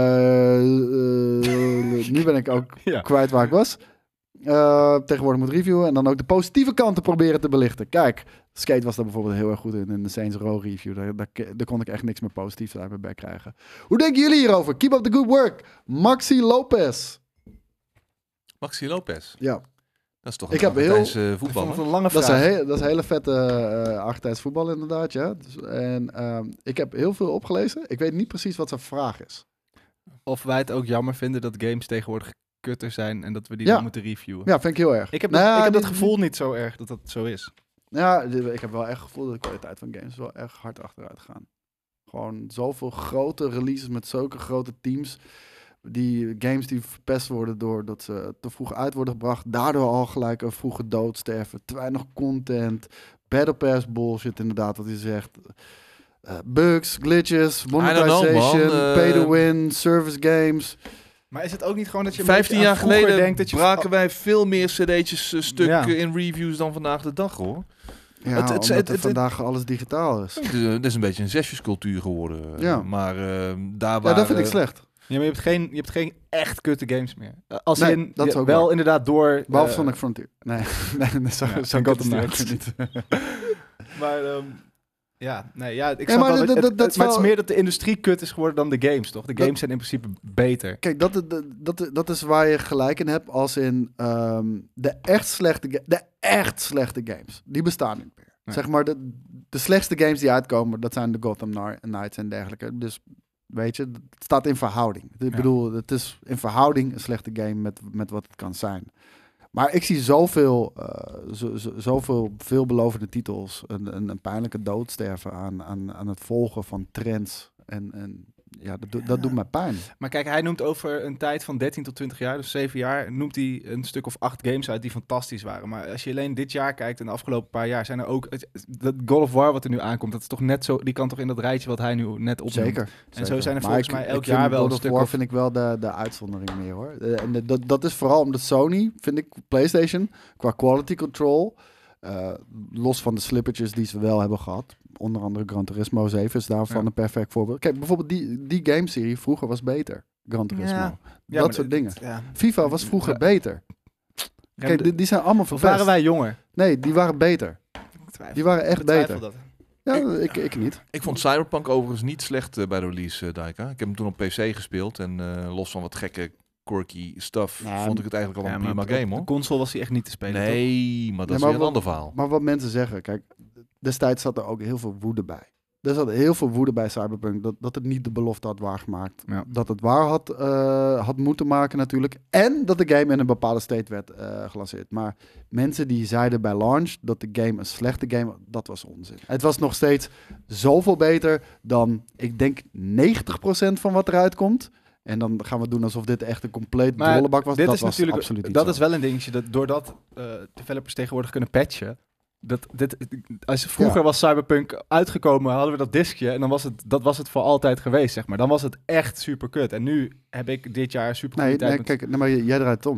uh, nu ben ik ook... Ja. kwijt waar ik was. Uh, tegenwoordig moet reviewen en dan ook de positieve kanten proberen te belichten. Kijk, Skate was daar bijvoorbeeld heel erg goed in, in de Saints Row review. Daar, daar, daar kon ik echt niks meer positiefs uit mijn bek krijgen. Hoe denken jullie hierover? Keep up the good work. Maxi Lopez. Maxi Lopez. Ja. Dat is toch Ik een heb heel- Argentijnse voetballer. Een lange Dat vraag. is, een he- dat is een hele vette uh, Argentijns voetbal inderdaad, ja. Dus, en um, ik heb heel veel opgelezen. Ik weet niet precies wat zijn vraag is. Of wij het ook jammer vinden dat games tegenwoordig kutter zijn en dat we die Ja. dan moeten reviewen. Ja, vind ik heel erg. Ik heb, Nou dat, ja, ik heb dat niet- gevoel niet zo erg dat dat zo is. Ja, ik heb wel echt het gevoel dat de kwaliteit van games wel erg hard achteruit gaan. Gewoon zoveel grote releases met zulke grote teams. Die games die verpest worden doordat ze te vroeg uit worden gebracht. Daardoor al gelijk een vroege dood sterven. Te weinig content. Battle Pass bullshit inderdaad wat hij zegt. Uh, bugs, glitches, monetization, know, man. Uh, pay to win, service games. Maar is het ook niet gewoon dat je een Vijftien beetje jaar aan vroeger geleden denkt dat je braken wij veel meer cd'tjes uh, stuk Ja. uh, in reviews dan vandaag de dag, hoor. Ja, Het- het- omdat het- er het- vandaag alles digitaal is. Het is, uh, het is een beetje een zesjescultuur geworden. uh, Ja. Maar uh, daar Ja, waar... dat vind ik uh, slecht. Ja, maar je hebt geen, je hebt geen echt kutte games meer. Uh, Als Nee, in, dat is je- ook wel waar. inderdaad door... Behalve uh, Sonic Frontier. Nee, nee, nee zo, Ja, zo ik kut had is hem die naast. ook niet. Maar ehm, ja, nee, ja, ik Ja, snap maar wel dat- dat, dat- het, dat het- is maar het is wel- meer dat de industrie kut is geworden dan de games, toch? De Dat- games zijn in principe beter. Kijk, dat, dat, dat, dat is waar je gelijk in hebt als in ehm, de echt slechte ga- de echt slechte games. Die bestaan niet meer. Nee. Zeg maar, de, de slechtste games die uitkomen, dat zijn de Gotham Kni- Knights en dergelijke. Dus weet je, het staat in verhouding. Ik Ja. bedoel, het is in verhouding een slechte game met, met wat het kan zijn. Maar ik zie zoveel, uh, zo, zo, zoveel veelbelovende titels, een, een, een pijnlijke doodsterven aan, aan, aan het volgen van trends en, en ja, dat, do- dat doet mij pijn. Maar kijk, hij noemt over een tijd van dertien tot twintig jaar, dus zeven jaar, noemt hij een stuk of acht games uit die fantastisch waren. Maar als je alleen dit jaar kijkt en de afgelopen paar jaar, zijn er ook... Het, dat God of War wat er nu aankomt, dat is toch net zo... Die kan toch in dat rijtje wat hij nu net opnoemt. Zeker. En zo zeker. zijn er Maar volgens ik- mij ik elk vind jaar wel God een of stuk War of... vind ik wel de, de uitzondering meer, hoor. Eh, En de- dat, dat is vooral omdat Sony, vind ik, PlayStation, qua quality control, uh, los van de slippertjes die ze wel hebben gehad, onder andere Gran Turismo zeven is daarvan Ja. een perfect voorbeeld. Kijk, bijvoorbeeld die, die gameserie vroeger was beter. Gran Turismo. Ja. Ja, dat maar soort dit- dingen. Ja. FIFA was vroeger Ja. beter. Ja, Kijk, de- die, die zijn allemaal Of verpest. waren wij jonger? Nee, die waren beter. Ik twijfel. Die waren echt Ik betwijfel beter. dat. Ja, ik, ik niet. Ik vond Cyberpunk overigens niet slecht eh, bij de release, eh Daika. Ik heb hem toen op P C gespeeld en eh, los van wat gekke, quirky stuff, Ja, vond ik het eigenlijk al Ja, een maar prima op game, de hoor. console was hij echt niet te spelen, toch? Nee, maar dat Nee, is maar weer een wat- ander verhaal. Maar wat mensen zeggen, kijk, destijds zat er ook heel veel woede bij. Er zat heel veel woede bij Cyberpunk, dat, dat het niet de belofte had waargemaakt. Ja. Dat het waar had, eh, had moeten maken natuurlijk. En dat de game in een bepaalde state werd eh, gelanceerd. Maar mensen die zeiden bij launch dat de game een slechte game was, dat was onzin. Het was nog steeds zoveel beter dan, ik denk, negentig procent van wat eruit komt. En dan gaan we doen alsof dit echt een compleet Maar rollenbak was. Dit dat is was natuurlijk, absoluut niet dat zo. is wel een dingetje, dat doordat eh, developers tegenwoordig kunnen patchen, dat, dit, als vroeger Ja. was Cyberpunk uitgekomen, hadden we dat diskje en dan was het, dat was het voor altijd geweest, zeg maar. Dan was het echt super kut. En nu heb ik dit jaar super Nee, goede tijd nee met- kijk, nee, maar jij draait het om.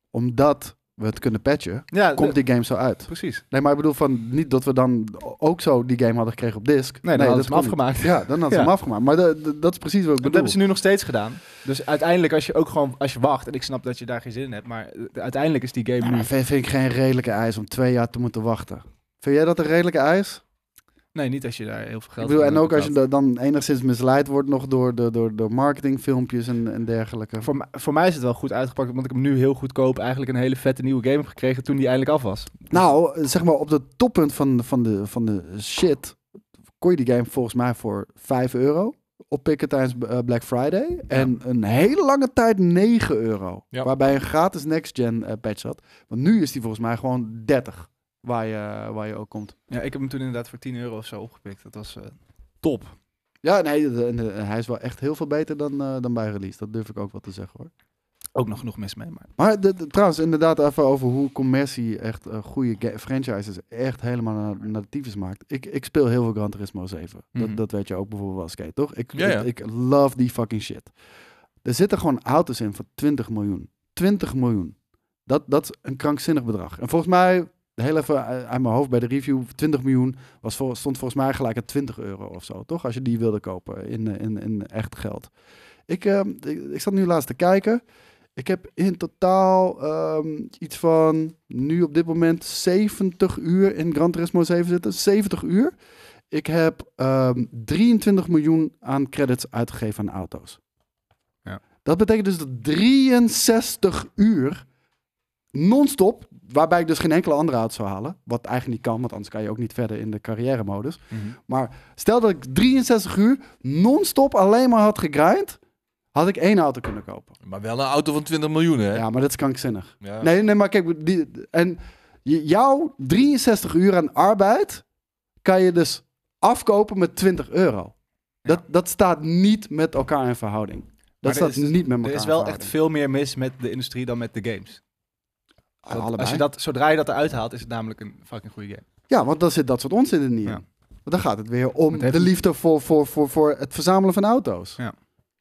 Omdat we het kunnen patchen, ja, komt de- die game zo uit. precies. Nee, maar ik bedoel van niet dat we dan ook zo die game hadden gekregen op disc. Nee, dan hadden ze hem kon niet. afgemaakt. Ja, dan hadden ze Ja. hem afgemaakt. Maar de- de- dat is precies wat ik Dat bedoel. hebben ze nu nog steeds gedaan. Dus uiteindelijk, als je ook gewoon, als je wacht, en ik snap dat je daar geen zin in hebt, maar eh, uiteindelijk is die game Ja, nu... maar vind, vind ik geen redelijke eis om twee jaar te moeten wachten. Vind jij dat een redelijke eis? Nee, niet als je daar heel veel geld Ik bedoel, voor en ook als je betaalt. da- dan enigszins misleid wordt nog door, de, door, door marketingfilmpjes en, en dergelijke. Voor, mij- voor mij is het wel goed uitgepakt, omdat ik hem nu heel goedkoop eigenlijk een hele vette nieuwe game heb gekregen toen die eindelijk af was. Nou, zeg maar op het toppunt van, van, de, van de shit kon je die game volgens mij voor vijf euro oppikken tijdens eh, Black Friday. En een hele lange tijd negen euro. Ja. Waarbij een gratis next-gen eh, patch zat. Want nu is die volgens mij gewoon dertig. Waar je, waar je ook komt. Ja, ik heb hem toen inderdaad voor tien euro of zo opgepikt. Dat was eh, top. Ja, nee, de- de- hij is wel echt heel veel beter dan, eh, dan bij release. Dat durf ik ook wel te zeggen, hoor. Ook nog genoeg mis mee, maar... Maar de, de- trouwens, inderdaad even over hoe commercie echt uh, goede ga- franchises echt helemaal naar, naar de tyfus maakt. Ik, ik speel heel veel Gran Turismo zeven. Mhm. Dat, dat weet je ook bijvoorbeeld wel, Skate, toch? Ik, Ja, ja. ik, ik love die fucking shit. Er zitten gewoon auto's in van twintig miljoen. twintig miljoen. Dat, dat is een krankzinnig bedrag. En volgens mij, heel even uh, uit mijn hoofd bij de review, twintig miljoen was voor, stond volgens mij gelijk aan twintig euro of zo, toch? Als je die wilde kopen in, uh, in, in echt geld. Ik, uh, ik, ik zat nu laatst te kijken. Ik heb in totaal um, iets van nu op dit moment zeventig uur in Gran Turismo zeven zitten. zeventig uur. Ik heb um, drieëntwintig miljoen aan credits uitgegeven aan auto's. Ja. Dat betekent dus dat drieënzestig uur non-stop, waarbij ik dus geen enkele andere auto zou halen. Wat eigenlijk niet kan, want anders kan je ook niet verder in de carrière modus. Mm-hmm. Maar stel dat ik drieënzestig uur non-stop alleen maar had gegrind, had ik één auto kunnen kopen. Maar wel een auto van twintig miljoen, hè? Ja, maar dat is krankzinnig. Ja. Nee, nee, maar kijk, die, en j- jouw drieënzestig uur aan arbeid kan je dus afkopen met twintig euro. Dat, dat staat niet met elkaar in verhouding. Dat Maar er staat is- niet met elkaar Er is in wel verhouding. echt veel meer mis met de industrie dan met de games. Dat- Allebei. als je dat, zodra je dat eruit haalt, is het namelijk een fucking goede game. Ja, want dan zit dat soort onzin er niet Ja. in. Want dan gaat het weer om Het heeft- de liefde voor, voor, voor, voor het verzamelen van auto's. Ja.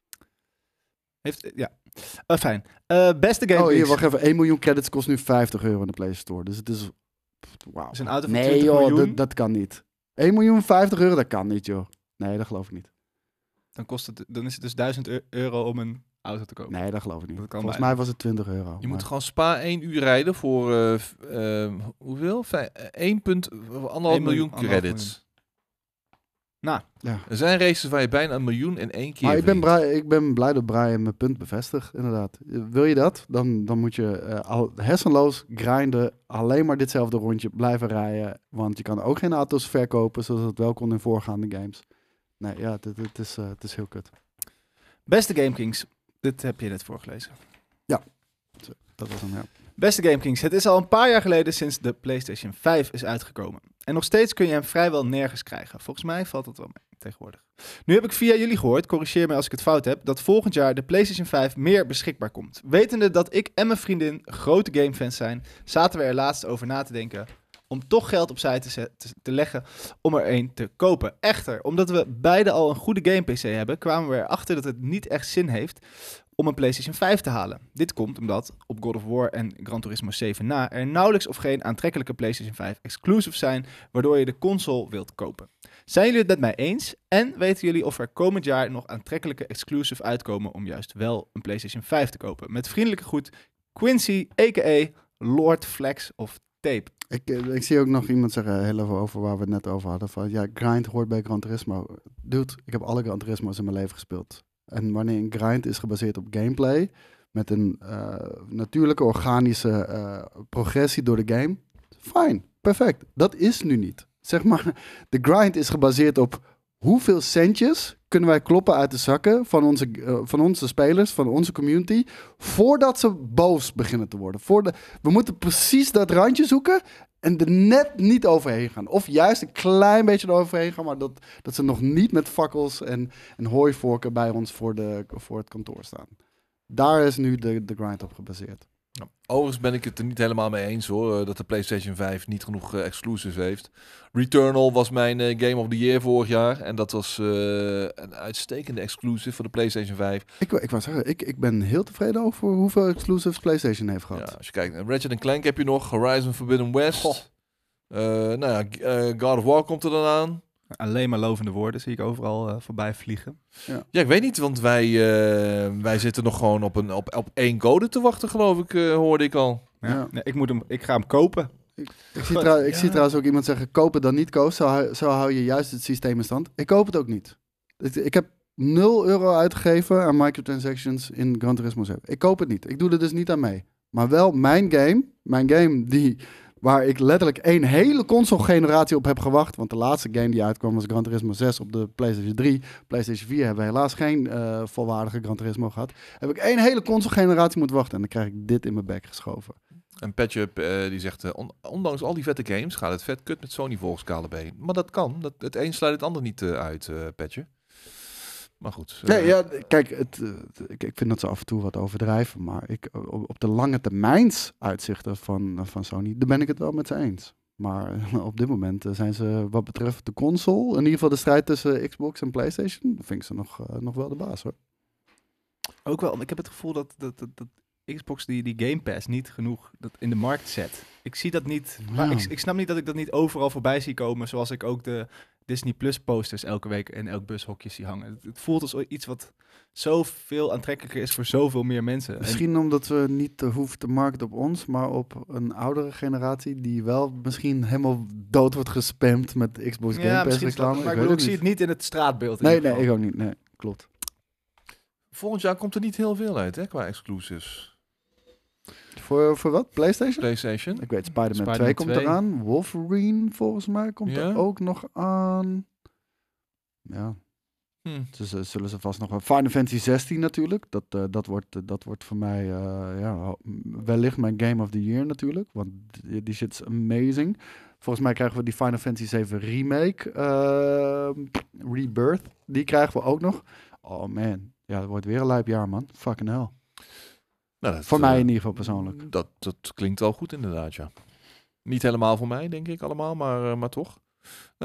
Heeft, ja. Uh, fijn. Uh, beste game. Oh, hier, Geeks. wacht even. één miljoen credits kost nu vijftig euro in de Play Store. Dus het is... Wauw. is een auto van Nee twintig joh, miljoen. dat, dat kan niet. één miljoen vijftig euro, dat kan niet joh. Nee, dat geloof ik niet. Dan, kost het, dan is het dus duizend euro om een auto te kopen. Nee, dat geloof ik niet. Dat kan Volgens bijna. mij was het twintig euro. Je maar- moet gewoon Spa één uur rijden voor eh, f- eh, hoeveel? Vij- eh, één punt, anderhalf Één miljoen miljoen, credits. Nou, Ja. Er zijn races waar je bijna een miljoen in één keer Maar ik ben, verdient. blij, ik ben blij dat Brian mijn punt bevestigt, inderdaad. Wil je dat, dan, dan moet je eh, al hersenloos grinden, alleen maar ditzelfde rondje blijven rijden. Want je kan ook geen auto's verkopen, zoals het wel kon in voorgaande games. Nee, ja, het, het, is, uh, het is heel kut. beste Game Kings. Dit heb je net voorgelezen. Dat was hem, ja. Beste GameKings, het is al een paar jaar geleden sinds de PlayStation vijf is uitgekomen. En nog steeds kun je hem vrijwel nergens krijgen. Volgens mij valt dat wel mee tegenwoordig. Nu heb ik via jullie gehoord, corrigeer me als ik het fout heb, dat volgend jaar de PlayStation vijf meer beschikbaar komt. Wetende dat ik en mijn vriendin grote gamefans zijn, zaten we er laatst over na te denken om toch geld opzij te, zet, te, te leggen om er een te kopen. Echter, omdat we beide al een goede game-P C hebben, kwamen we erachter dat het niet echt zin heeft om een PlayStation vijf te halen. Dit komt omdat op God of War en Gran Turismo zeven na er nauwelijks of geen aantrekkelijke PlayStation vijf exclusives zijn, waardoor je de console wilt kopen. Zijn jullie het met mij eens? En weten jullie of er komend jaar nog aantrekkelijke exclusive uitkomen om juist wel een PlayStation vijf te kopen? Met vriendelijke groet, Quincy, a k a. Lord Flex of Tape. Ik, ik zie ook nog iemand zeggen, heel even over waar we het net over hadden, van ja, grind hoort bij Gran Turismo. Dude, ik heb alle Gran Turismo's in mijn leven gespeeld. En wanneer een grind is gebaseerd op gameplay, met een uh, natuurlijke, organische uh, progressie door de game, fijn, perfect. Dat is nu niet. Zeg maar, de grind is gebaseerd op hoeveel centjes kunnen wij kloppen uit de zakken van onze, uh, van onze spelers, van onze community, voordat ze boos beginnen te worden. Voor de, we moeten precies dat randje zoeken en er net niet overheen gaan. Of juist een klein beetje eroverheen gaan, maar dat, dat ze nog niet met fakkels en, en hooivorken bij ons voor, de, voor het kantoor staan. Daar is nu de, de grind op gebaseerd. Ja. Overigens ben ik het er niet helemaal mee eens hoor, dat de PlayStation vijf niet genoeg uh, exclusives heeft. Returnal was mijn uh, Game of the Year vorig jaar en dat was uh, een uitstekende exclusive voor de PlayStation vijf. Ik, ik wou zeggen, ik, ik ben heel tevreden over hoeveel exclusives PlayStation heeft gehad. Ja, als je kijkt, Ratchet and Clank heb je nog, Horizon Forbidden West. Uh, nou ja, uh, God of War komt er dan aan. Alleen maar lovende woorden zie ik overal uh, voorbij vliegen. Ja. ja, ik weet niet, want wij, uh, wij zitten nog gewoon op, een, op, op één code te wachten, geloof ik, uh, hoorde ik al. Ja. Ja. Nee, ik, moet hem, ik ga hem kopen. Ik, ik, zie, trouw, ik ja. zie trouwens ook iemand zeggen, koop het dan niet, koos. Zo, hou, zo hou je juist het systeem in stand. Ik koop het ook niet. Ik, ik heb nul euro uitgegeven aan microtransactions in Gran Turismo zeven. Ik koop het niet. Ik doe er dus niet aan mee. Maar wel mijn game, mijn game die... waar ik letterlijk één hele console-generatie op heb gewacht. Want de laatste game die uitkwam was Gran Turismo zes op de PlayStation drie. PlayStation vier hebben we helaas geen uh, volwaardige Gran Turismo gehad. Heb ik één hele console-generatie moeten wachten. En dan krijg ik dit in mijn bek geschoven. En Patchup uh, die zegt, uh, on ondanks al die vette games gaat het vet kut met Sony volgens K L B. Maar dat kan. Dat, het een sluit het ander niet uh, uit, uh, Patje. Maar goed. Uh, nee, ja, kijk, het, uh, ik, ik vind dat ze af en toe wat overdrijven. Maar ik, op, op de lange termijns uitzichten van, van Sony, daar ben ik het wel met ze eens. Maar uh, op dit moment uh, zijn ze wat betreft de console, in ieder geval de strijd tussen Xbox en PlayStation, vind ik ze nog, uh, nog wel de baas hoor. Ook wel, ik heb het gevoel dat, dat, dat, dat Xbox die, die Game Pass niet genoeg dat in de markt zet. Ik zie dat niet, ja. maar ik, ik snap niet dat ik dat niet overal voorbij zie komen, zoals ik ook de Disney Plus posters elke week in elk bushokje zie hangen. Het, het voelt als iets wat zoveel aantrekkelijker is voor zoveel meer mensen. Misschien en, omdat we niet uh, hoeven te markten op ons, maar op een oudere generatie die wel misschien helemaal dood wordt gespamd met Xbox Game ja, Pass reclame. Dat, maar ik, bedoel, ik zie het niet in het straatbeeld. Nee, nee, ik ook niet. Nee, klopt. Volgend jaar komt er niet heel veel uit, hè, qua exclusives. Voor, voor wat? PlayStation? PlayStation. Ik weet, Spider-Man, Spider-Man twee komt twee. eraan. Wolverine, volgens mij, komt ja. er ook nog aan. Ja. Hm. Dus uh, zullen ze vast nog wel... Final Fantasy zestien natuurlijk. Dat, uh, dat, wordt, uh, dat wordt voor mij uh, ja, wellicht mijn Game of the Year natuurlijk. Want die, die shit is amazing. Volgens mij krijgen we die Final Fantasy zeven remake. Uh, Rebirth. Die krijgen we ook nog. Oh man. Ja, dat wordt weer een lijp jaar, man. Fucking hell. Nou, dat, voor uh, mij in ieder geval persoonlijk. Dat, dat klinkt wel goed inderdaad, ja. Niet helemaal voor mij, denk ik allemaal, maar, uh, maar toch. Uh,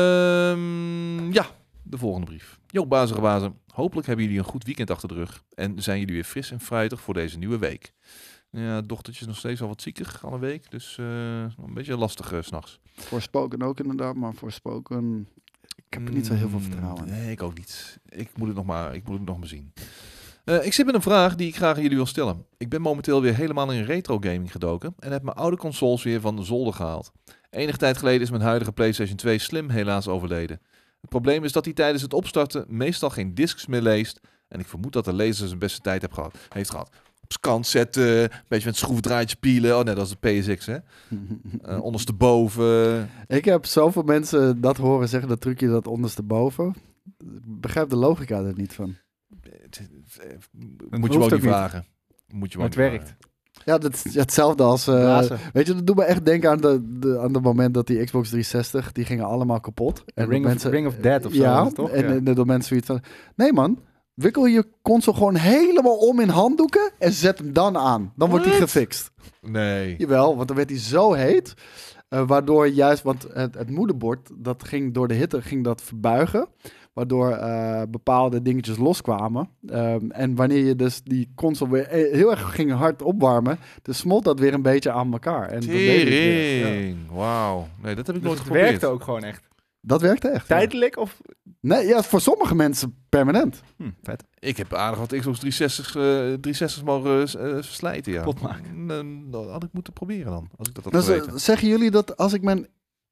ja, de volgende brief. Jo, bazige bazen. Hopelijk hebben jullie een goed weekend achter de rug. En zijn jullie weer fris en fruitig voor deze nieuwe week. Ja, dochtertje is nog steeds al wat ziekig al een week. Dus uh, een beetje lastig uh, 's nachts. Voorspoken ook inderdaad, maar voorspoken... Ik heb er niet zo heel veel vertrouwen in. Nee, ik ook niet. Ik moet het nog maar, ik moet het nog maar zien. Uh, ik zit met een vraag die ik graag aan jullie wil stellen. Ik ben momenteel weer helemaal in retro gaming gedoken en heb mijn oude consoles weer van de zolder gehaald. Enige tijd geleden is mijn huidige PlayStation twee Slim helaas overleden. Het probleem is dat hij tijdens het opstarten meestal geen discs meer leest en ik vermoed dat de lezer zijn beste tijd heeft gehad. Heeft gehad. Op kant zetten, een beetje met schroevendraadjes pielen. Oh nee, dat is de P S X, hè? uh, ondersteboven. Ik heb zoveel mensen dat horen zeggen, dat trucje dat ondersteboven. Ik begrijp de logica er niet van. Moet je me ook niet vragen. Moet je maar het werkt. Ja, dat is hetzelfde als... Uh, Blazen. weet je, dat doet me echt denken aan de, de, aan het moment dat die Xbox driehonderdzestig, die gingen allemaal kapot. En Ring, dat of, Ring of Dead of zo, Ja, was het toch? en, Ja. en de mensen zoiets van... Nee man, wikkel je console gewoon helemaal om in handdoeken en zet hem dan aan. Dan wordt hij What? gefixt. Nee. Jawel, want dan werd hij zo heet... Uh, waardoor juist, want het, het moederbord, dat ging door de hitte, ging dat verbuigen. Waardoor uh, bepaalde dingetjes loskwamen. Um, en wanneer je dus die console weer heel erg ging hard opwarmen, dan smolt dat weer een beetje aan elkaar. En dat deed het weer. Tering. Wauw. Nee, dat heb ik Dus nooit het geprobeerd. werkte ook gewoon echt. Dat werkte echt. Ja. Tijdelijk of... Nee, ja, voor sommige mensen permanent. Hm, vet. Ik heb aardig wat Xbox driehonderdzestig, uh, driehonderdzestig mogen uh, verslijten, ja. Kapot maken. Uh, dat had ik moeten proberen dan, als ik dat had Dus, uh, geweten. zeggen jullie dat als ik mijn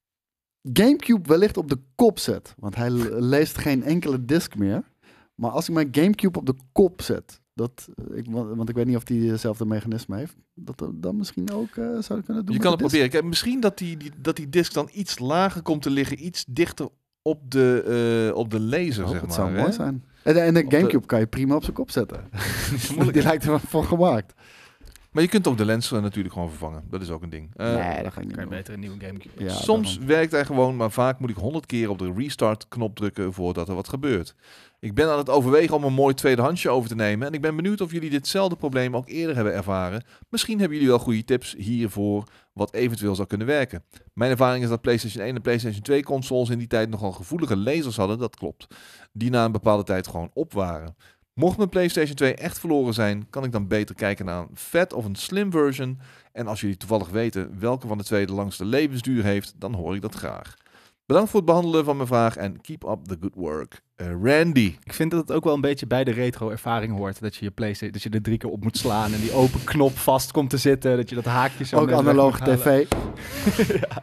Gamecube wellicht op de kop zet, want hij le- leest geen enkele disc meer, maar als ik mijn Gamecube op de kop zet, dat, uh, ik, want, want ik weet niet of die dezelfde mechanisme heeft, dat we dan misschien ook uh, zouden kunnen doen. Je met kan het de disc? proberen. Kijk, misschien dat die, die, dat die disc dan iets lager komt te liggen, iets dichter op de, uh, op de laser, Oh, zeg het maar. zou hè? mooi zijn. En, en de Op de- Gamecube kan je prima op zijn kop zetten. moeilijk, Die hè? lijkt er wel voor gemaakt. Maar je kunt ook de lens uh, natuurlijk gewoon vervangen. Dat is ook een ding. Uh, nee, dat ga ik niet Kan je doen. beter een nieuwe Gamecube. Ja, Soms daarom. werkt hij gewoon, maar vaak moet ik honderd keer op de restart-knop drukken voordat er wat gebeurt. Ik ben aan het overwegen om een mooi tweedehandsje over te nemen en ik ben benieuwd of jullie ditzelfde probleem ook eerder hebben ervaren. Misschien hebben jullie wel goede tips hiervoor wat eventueel zou kunnen werken. Mijn ervaring is dat PlayStation één en PlayStation twee consoles in die tijd nogal gevoelige lasers hadden, dat klopt, die na een bepaalde tijd gewoon op waren. Mocht mijn PlayStation twee echt verloren zijn, kan ik dan beter kijken naar een fat of een slim version. En als jullie toevallig weten welke van de twee de langste levensduur heeft, dan hoor ik dat graag. Bedankt voor het behandelen van mijn vraag en keep up the good work. Uh, Randy. Ik vind dat het ook wel een beetje bij de retro-ervaring hoort. Dat je je PlayStation, dat je er drie keer op moet slaan en die open knop vast komt te zitten. Dat je dat haakje zo Ook net weg analoge moet halen. tv. Ja.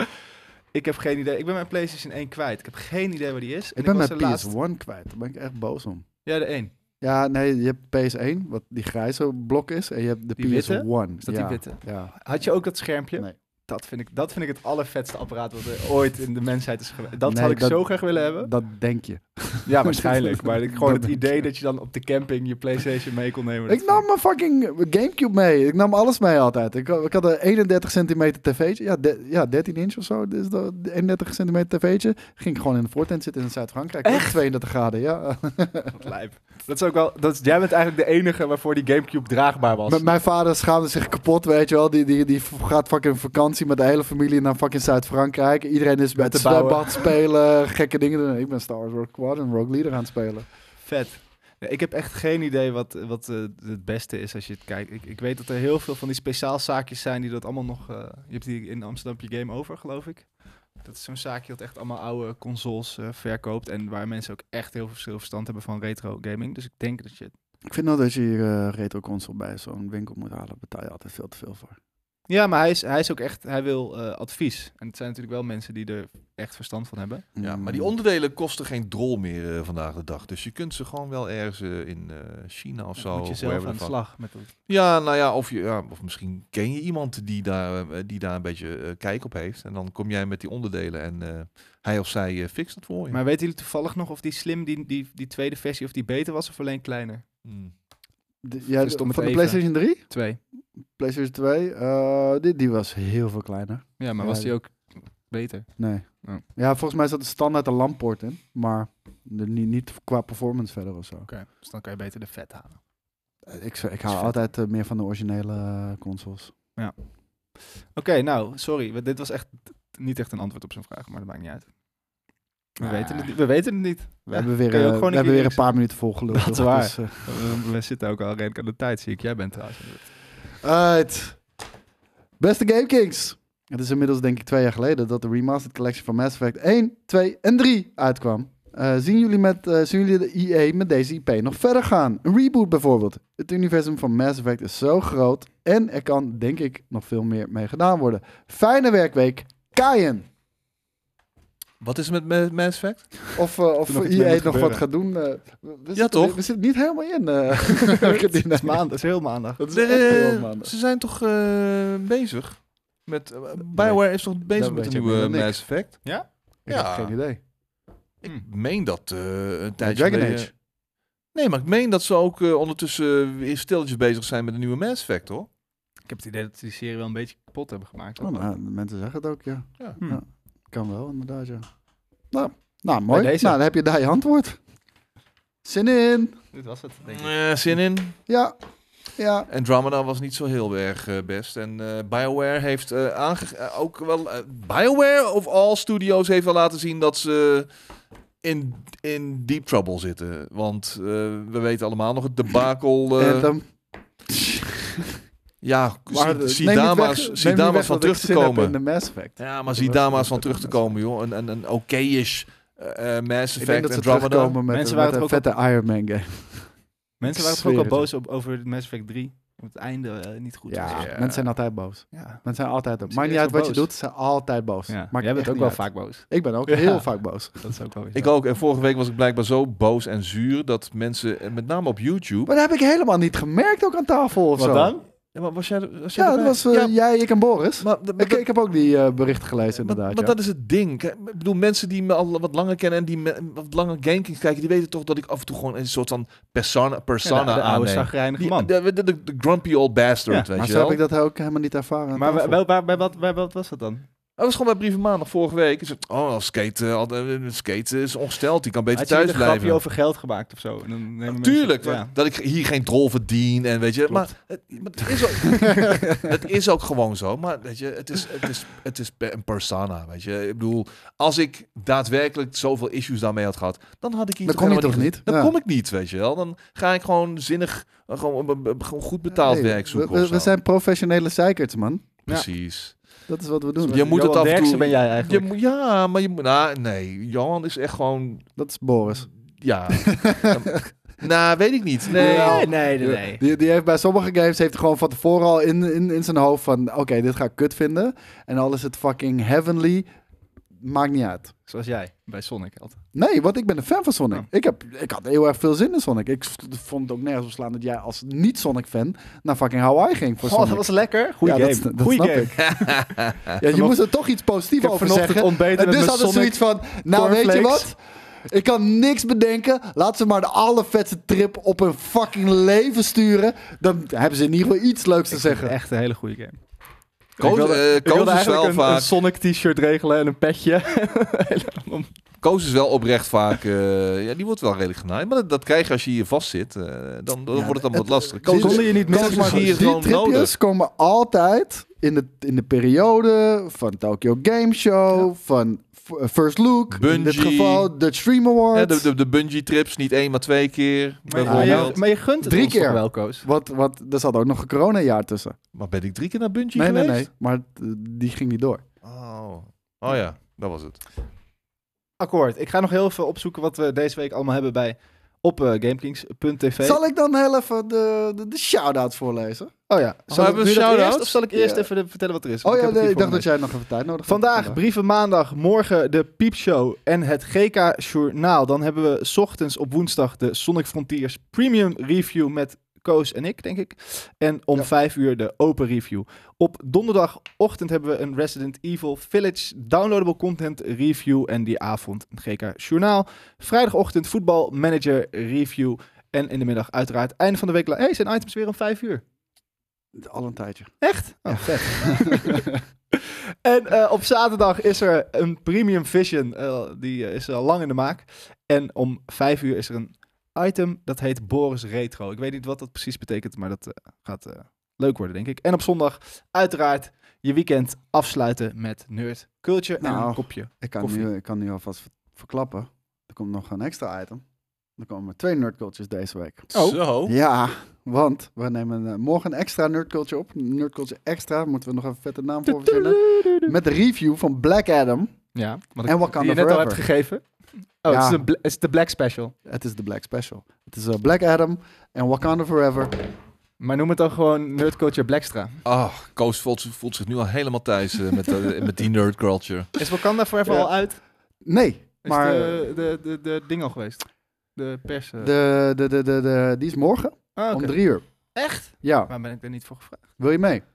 Ik heb geen idee. Ik ben mijn PlayStation één kwijt. Ik heb geen idee waar die is. En Ik ben was mijn de P S laatst- one kwijt. Daar ben ik echt boos om. Ja, de één. Ja, nee, je hebt P S één, wat die grijze blok is. En je hebt de Die P S witte? one. Is dat ja. die witte? Ja. Had je ook dat schermpje? Nee. Dat vind ik, dat vind ik het allervetste apparaat wat er ooit in de mensheid is geweest. Dat Nee, had ik dat- zo graag willen hebben. Dat denk je. Ja, waarschijnlijk. Maar ik, gewoon Dat het denk idee je. dat je dan op de camping je PlayStation mee kon nemen. Ik dat nam mijn fucking Gamecube mee. Ik nam alles mee altijd. Ik, ik had een eenendertig centimeter tv'tje. Ja, de, ja, dertien inch of zo. Dus dat eenendertig centimeter tv'tje. Ging ik gewoon in de voortent zitten in Zuid-Frankrijk. Echt? tweeëndertig graden, ja. Wat lijp. Dat is ook wel. Dat is, jij bent eigenlijk de enige waarvoor die Gamecube draagbaar was. M- mijn vader schaamde zich kapot, weet je wel. Die, die, die gaat fucking vakantie met de hele familie naar fucking Zuid-Frankrijk. Iedereen is bij Met het te bouwen. zwembad spelen, gekke dingen doen. Ik ben Star Wars Rogue Squadron, Rogue Leader aan het spelen. Vet. Ja, ik heb echt geen idee wat, wat eh, het beste is als je het kijkt. Ik, ik weet dat er heel veel van die speciaalzaakjes zijn die dat allemaal nog... eh, je hebt die in Amsterdam heb je Game Over, geloof ik. Dat is zo'n zaakje dat echt allemaal oude consoles eh, verkoopt. En waar mensen ook echt heel veel verstand hebben van retro gaming. Dus ik denk dat je... Ik vind nou dat je hier uh, retro console bij zo'n winkel moet halen. Betaal je altijd veel te veel voor. Ja, maar hij is, hij is ook echt... Hij wil eh, advies. En het zijn natuurlijk wel mensen die er echt verstand van hebben. Ja, Mm. maar die onderdelen kosten geen drol meer uh, vandaag de dag. Dus je kunt ze gewoon wel ergens uh, in uh, China of zo. Moet je zelf wherever aan the de fuck. slag met dat. Ja, nou ja, of, je, ja, of misschien ken je iemand die daar, uh, die daar een beetje uh, kijk op heeft. En dan kom jij met die onderdelen en uh, hij of zij uh, fixt het voor je. Maar weten jullie toevallig nog of die slim, die, die, die tweede versie, of die beter was of alleen kleiner? Hmm. De, ja, Dus om de, het van de even- PlayStation drie? Twee. PlayStation twee? Uh, die, die was heel veel kleiner. Ja, maar Ja, was die die- ook beter? Nee. Oh. Ja, volgens mij zat er standaard een lamppoort in. Maar de, niet, niet qua performance verder of zo. Oké, dus dan kan je beter de vet halen. Uh, Ik, ik hou vet. altijd uh, meer van de originele uh, consoles. Oké, nou, sorry. we- Dit was echt niet echt een antwoord op zijn vraag, maar dat maakt niet uit. We, Ah. weten, het, niet- we weten het niet. We Ja, hebben weer, kan je ook uh, gewoon we een hebben keer weer een paar minuten volgeluld. Dat is toch? waar. Dus, uh, We, we zitten ook al redelijk aan de tijd, zie ik. Jij bent trouwens. Alright. Beste Game Kings. Het is inmiddels denk ik twee jaar geleden dat de Remastered Collection van Mass Effect één, twee en drie uitkwam. Uh, zien, jullie met, uh, zien jullie de E A met deze I P nog verder gaan? Een reboot bijvoorbeeld. Het universum van Mass Effect is zo groot en er kan denk ik nog veel meer mee gedaan worden. Fijne werkweek, Kaien. Wat is er met Ma- Mass Effect? Of, uh, of Toen nog iets E mee A moet nog gebeuren. wat gaat doen. Uh, we, we Ja, zitten, toch? We zitten niet helemaal in. Uh, Het is maandag, het is heel maandag. Dat is Er, echt heel uh, maandig. ze zijn toch uh, bezig met... Uh, BioWare is toch bezig dat met weet een je nieuwe meer dan ik. Mass Effect? Ja? Ik Ja. heb geen idee. Ik Hm. meen dat uh, een tijdje Dragon geleden- Age. Nee, maar ik meen dat ze ook uh, ondertussen weer stilletjes bezig zijn met een nieuwe Mass Effect, hoor. Ik heb het idee dat ze die serie wel een beetje kapot hebben gemaakt. Oh, nou, de mensen zeggen het ook, ja. Ja. Hm. Ja. Kan wel, inderdaad, ja. Nou, nou mooi. Bij deze. Nou, dan heb je daar je antwoord. Zin in. Dit was het, denk ik. Eh, zin in. Ja. Ja. Andromeda was niet zo heel erg eh, best. En eh, BioWare heeft eh, aange- eh, ook wel... eh, BioWare of all studios heeft wel laten zien dat ze in, in deep trouble zitten. Want eh, we weten allemaal nog het debakel... eh, Anthem. ja, Maar, zie, zie neem niet dama's, weg- zie neem niet dama's weg van dat ik terug te zin heb komen. in de Mass Effect. Ja, maar Dat zie was- dama's dat van was terug te Mass komen, joh. Een, een, een oké-ish eh, eh, Mass Ik denk Effect dat ze Andromeda. terugkomen met, Mensen met waren een toch ook vette Iron Man game. Mensen waren Ik toch ook al zweer het boos op, over Mass Effect drie? Op het einde eh, niet goed Ja, was. Ja. mensen zijn altijd boos. Ja. Mensen zijn altijd boos. Ze Maakt niet zijn uit zo wat je boos. doet, ze zijn altijd boos. Ja. Maakt Jij bent echt ook niet wel uit. vaak boos. Ik ben ook Ja. heel vaak boos. Dat is ook wel weer Ik zo. ook. En vorige week was ik blijkbaar zo boos en zuur dat mensen, en met name op YouTube... Maar dat heb ik helemaal niet gemerkt ook aan tafel of Wat zo. dan? Ja, maar was jij, was jij Ja, dat erbij? was eh, Ja, jij, ik en Boris. maar, maar, Ik, dat- ik heb ook die eh, berichten gelezen maar, inderdaad. maar ja. dat is het ding. Kijk, ik bedoel, mensen die me al wat langer kennen en die me, wat langer GameKings kijken, die weten toch dat ik af en toe gewoon een soort van persona, persona Ja, de, de oude aanneem. zagrijnige Die- man. De, de, de, de grumpy old bastard, Ja, weet Maar je zo wel. heb ik dat ook helemaal niet ervaren. aan Maar tafel. bij, bij, bij, wat, bij wat was dat dan? Dat was gewoon bij Brieven Maandag vorige week. Is het, oh, skate, uh, uh, skate is ongesteld, die kan beter Had je thuis een grapje blijven. over geld gemaakt of zo? En dan nemen Tuurlijk, mensen- ja. dat ik hier geen drol verdien en weet je, maar het, maar het is ook, het is ook gewoon zo. Maar weet je, het is, het is, het is pe- een persona, weet je. Ik bedoel, als ik daadwerkelijk zoveel issues daarmee had gehad, dan had ik hier Dan toch kom je helemaal toch niet? Dan Ja. kom ik niet, weet je wel. Dan ga ik gewoon zinnig, uh, gewoon, uh, uh, gewoon goed betaald Hey, werk zoeken we, we, of zo. we zijn professionele zeikerts, man. Precies. Dat is wat we doen. Je moet het Johan af en toe- Derksen ben jij Je, eigenlijk. moet- ja, maar je moet... Nou, nee, Johan is echt gewoon... Dat is Boris. Ja. nou, weet ik niet. Nee. Nee, nee, nee. nee. Die, die heeft bij sommige games heeft hij gewoon van tevoren al in, in, in zijn hoofd van... Oké, dit ga ik kut vinden. En al is het fucking heavenly, maakt niet uit. Zoals jij bij Sonic altijd. Nee, want ik ben een fan van Sonic. Oh. Ik, heb, ik had heel erg veel zin in Sonic. Ik v- vond het ook nergens op slaan dat jij als niet-Sonic-fan naar fucking Hawaii ging voor Oh, Sonic. dat was lekker. Goeie Ja, dat game. is- dat Goeie snap game. ik. Ja, je Vanocht- moest er toch iets Ik positiefs heb over vanochtend zeggen. ontbeten En met dus mijn hadden ze Sonic zoiets van, nou weet je cornflakes. wat? Ik kan niks bedenken. Laat ze maar de allervetste trip op hun fucking leven sturen. Dan hebben ze in ieder geval iets leuks te Ik vind het zeggen. echt een hele goede game. Koos, ik wilde, eh, ik Koos wilde is eigenlijk wel een, vaak... een Sonic t-shirt regelen en een petje. Koos is wel oprecht vaak... eh, ja, die wordt wel redelijk genaaid. Maar dat, dat krijg je als je hier vast zit. eh, dan dan Ja, wordt het dan het- wat lastiger. Koos- Koos, Konden je niet Koos missen, is maar hier die gewoon tripjes nodig. komen altijd in de, in de periode van Tokyo Game Show, van F- First Look, in dit Bungie. geval Dutch Stream Awards. Ja, de, de, de bungee trips, niet één, maar twee keer. Maar, Ja, maar, ja. je, maar je gunt het Drie ons toch keer. wel, Koos? Wat, wat, er zat ook nog een corona-jaar tussen. Maar ben ik drie keer naar bungee Nee, nee, geweest? nee. Maar uh, die ging niet door. Oh. oh ja, dat was het. Akkoord. Ik ga nog heel even opzoeken wat we deze week allemaal hebben bij op uh, GameKings punt t v. Zal ik dan heel even de, de, de shout-outs voorlezen? Oh ja. Zal hebben ik we nu dat shout-outs? eerst, of zal ik eerst Ja. even de- vertellen wat er is? Oh Want ja, heb het nee, hier ik dacht voor dat me. jij nog even tijd nodig had. Vandaag, brieven maandag, morgen de Piepshow en het G K Journaal. Dan hebben we 's ochtends op woensdag de Sonic Frontiers Premium Review met Koos en ik, denk ik. En om Ja. vijf uur de open review. Op donderdagochtend hebben we een Resident Evil Village downloadable content review. En die avond een G K Journaal. Vrijdagochtend voetbal manager review. En in de middag uiteraard einde van de week. la- Hey, zijn items weer om vijf uur. Al een tijdje. Echt? Oh, vet. En eh, op zaterdag is er een Premium Vision. eh, die eh, is al lang in de maak. En om vijf uur is er een item dat heet Boris Retro. Ik weet niet wat dat precies betekent, maar dat eh, gaat eh, leuk worden, denk ik. En op zondag uiteraard je weekend afsluiten met nerd culture en Nou, een kopje. Ik kan, Koffie. nu, ik kan nu alvast ver- verklappen. Er komt nog een extra item. Er komen twee nerdcultures deze week. Oh. Zo. Ja, want we nemen eh, morgen een extra nerdculture op. Nerdculture extra, moeten we nog even een vette naam voor verzinnen. Met de review van Black Adam. Ja, wat En ik, Wakanda die je net al Forever. hebt gegeven. Oh, Ja. het, is de bla- het is de Black Special. Het is de Black Special. Het is eh, Black Adam en Wakanda Forever. Maar noem het dan gewoon Nerd Culture Blackstra. Ah, Koos voelt, voelt zich nu al helemaal thuis eh, met, eh, met die nerd culture. Is Wakanda Forever Ja. al uit? Nee, Is maar de, de, de, de ding al geweest? De pers... eh. de, de, de, de, de, die is morgen Ah, oké. om drie uur. Echt? Ja, Waar ben ik er niet voor gevraagd? wil je mee?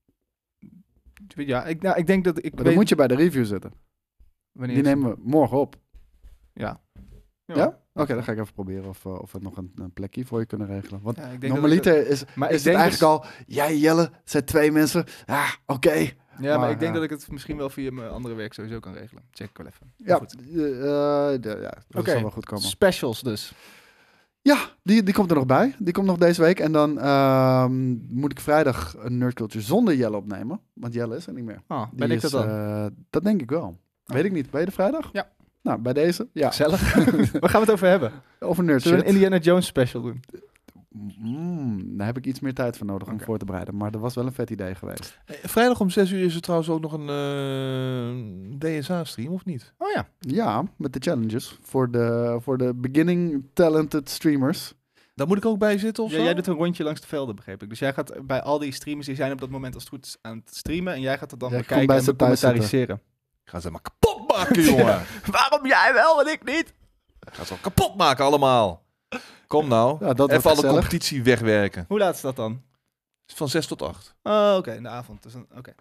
Ja, ik, nou, ik denk dat ik Maar dan weet moet je bij de review zitten. wanneer Die is- nemen we morgen op. Ja. Ja? Oké, dan ga ik even proberen of, uh, of we nog een, een plekje voor je kunnen regelen. Want Ja, ik denk normaliter dat ik, is, maar is ik het denk eigenlijk dus, al... Jij, Jelle, het zijn twee mensen. Ah, oké. Okay. Ja, maar, maar ik denk ja. dat ik het misschien wel via mijn andere werk sowieso kan regelen. Check ik wel even. Ja, Goed. uh, uh, ja, dat Oké, zal wel goed komen. Specials dus. Ja, die, die komt er nog bij. Die komt nog deze week. En dan uh, moet ik vrijdag een Nerd Culture zonder Jelle opnemen. Want Jelle is er niet meer. Ah, Die ben ik is, dat dan? Uh, dat denk ik wel. Oh. Weet ik niet. Ben je er vrijdag? Ja. Nou, bij deze. Ja. Gezellig. Waar gaan we het over hebben? Over nerd Zullen we shit. een Indiana Jones special doen? Mm, daar heb ik iets meer tijd voor nodig om Okay. voor te bereiden. Maar dat was wel een vet idee geweest. Hey, vrijdag om zes uur is er trouwens ook nog een uh, D S A-stream, of niet? Oh ja. Ja, met de challenges. Voor de, voor de beginning talented streamers. Daar moet ik ook bij zitten of Ja, zo? jij doet een rondje langs de velden, begreep ik. Dus jij gaat bij al die streamers, die zijn op dat moment als het goed is aan het streamen. En jij gaat het dan Jij komt bekijken bij en ze thuis becommentaliseren. Ik ga ze maar kapot maken, jongen. Waarom jij wel en ik niet? Ik ga ze wel kapot maken allemaal. Kom nou. Ja, dat Even wordt alle gezellig. competitie wegwerken. Hoe laat is dat dan? Van zes tot acht. Oh, oké, okay, in de avond. Dus dan, okay.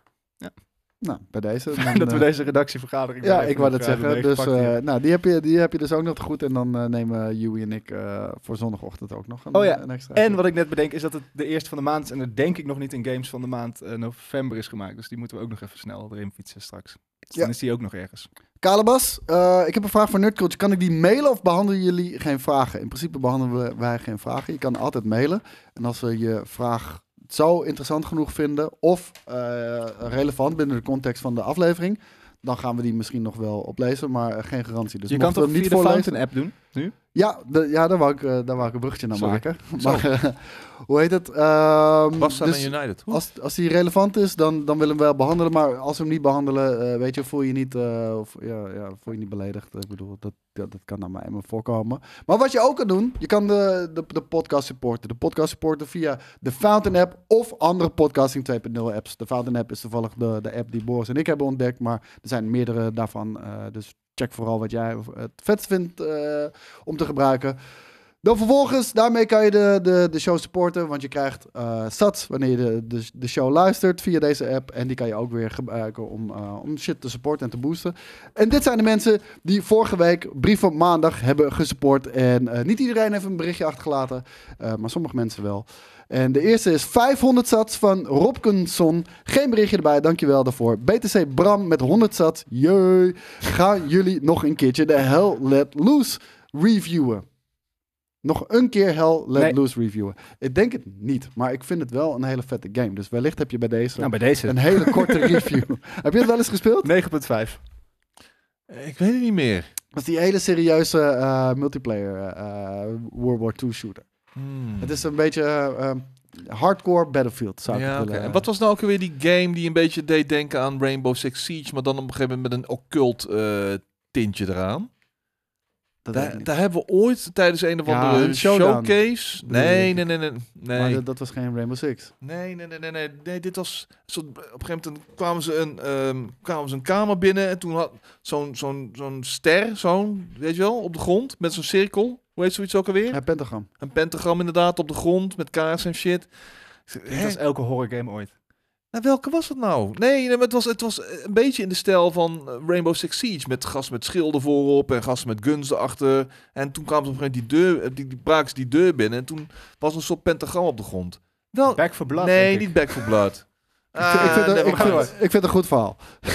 Nou, bij deze. Dan, dat we uh, deze redactievergadering... Ja, even ik wou nog, dat uh, zeggen. erbij Dus gepakt uh, hebben. nou, die, heb je, die heb je dus ook nog te goed. En dan uh, nemen Joey en ik uh, voor zondagochtend ook nog een, Oh ja, een extra. En wat ik net bedenk is dat het de eerste van de maand is. En er denk ik nog niet in games van de maand uh, november is gemaakt. Dus die moeten we ook nog even snel erin fietsen straks. Dus Ja. dan is die ook nog ergens. Kalebas, uh, ik heb een vraag voor Nerd Culture. Kan ik die mailen of behandelen jullie geen vragen? In principe behandelen wij geen vragen. Je kan altijd mailen. En als we je vraag zo interessant genoeg vinden of uh, relevant binnen de context van de aflevering, dan gaan we die misschien nog wel oplezen, maar geen garantie. Dus Je kan mochten toch we via hem de voorlezen- Fountain app doen? Nu? Ja, de, ja daar, wou ik, uh, daar wou ik een bruggetje naar Sorry. maken. Zo. Maar, uh, hoe heet het? Um, Barca dus en United. Oeh. als, als die relevant is, dan, dan willen we wel behandelen. Maar als we hem niet behandelen, uh, weet je, voel je niet, uh, of, ja, ja, voel je niet beledigd. Ik bedoel, dat, dat, dat kan naar mij maar voorkomen. Maar wat je ook kan doen, je kan de, de, de podcast supporten. De podcast supporten via de Fountain app of andere podcasting twee punt nul apps. De Fountain app is toevallig de, de app die Boris en ik hebben ontdekt. Maar er zijn meerdere daarvan. Uh, dus check vooral wat jij het vetst vindt uh, om te gebruiken. Dan vervolgens, daarmee kan je de, de, de show supporten, want je krijgt uh, sats wanneer je de, de, de show luistert via deze app. En die kan je ook weer gebruiken om, uh, om shit te supporten en te boosten. En dit zijn de mensen die vorige week Brief op Maandag hebben gesupport. En uh, niet iedereen heeft een berichtje achtergelaten, uh, maar sommige mensen wel. En de eerste is vijfhonderd sats van Robkinson. Geen berichtje erbij, dankjewel daarvoor. B T C Bram met honderd sats. Jee. Gaan jullie nog een keertje de Hell Let Loose reviewen? Nog een keer Hell Let Nee. Loose reviewen. Ik denk het niet, maar ik vind het wel een hele vette game. Dus wellicht heb je bij deze Nou, bij deze. een hele korte review. Heb je het wel eens gespeeld? negen punt vijf. Ik weet het niet meer. Dat is die hele serieuze uh, multiplayer uh, World War twee shooter. Hmm. Het is een beetje uh, um, hardcore Battlefield, zou ik Ja, het oké. willen. En wat was nou ook weer die game die een beetje deed denken aan Rainbow Six Siege, maar dan op een gegeven moment met een occult uh, tintje eraan? Dat weet ik Daar, niet. daar hebben we ooit tijdens een of Ja, andere een showdown. showcase. Bedoel Nee, je? nee, nee, nee. Maar Nee. dat, dat was geen Rainbow Six. Nee, nee, nee, nee, nee, nee. Dit was een soort, op een gegeven moment kwamen ze een, um, kwamen ze een kamer binnen en toen had zo'n zo'n zo'n ster, zo'n, weet je wel, op de grond met zo'n cirkel. Hoe heet zoiets ook alweer? Ja, Pentagram. Een pentagram inderdaad op de grond met kaars en shit. Dit Hè? was elke horrorgame ooit. Nou, welke was het nou? Nee, nee maar het was, het was een beetje in de stijl van uh, Rainbow Six Siege. Met gasten met schilden voorop en gasten met guns erachter. En toen kwamen ze op een gegeven moment die deur, die, die braken ze die deur binnen. En toen was er een soort pentagram op de grond. Wel, Back for Blood, nee, denk ik. niet Back for Blood. Ik vind- ik, vind het, never ik, vind, mind. ik vind het een goed verhaal.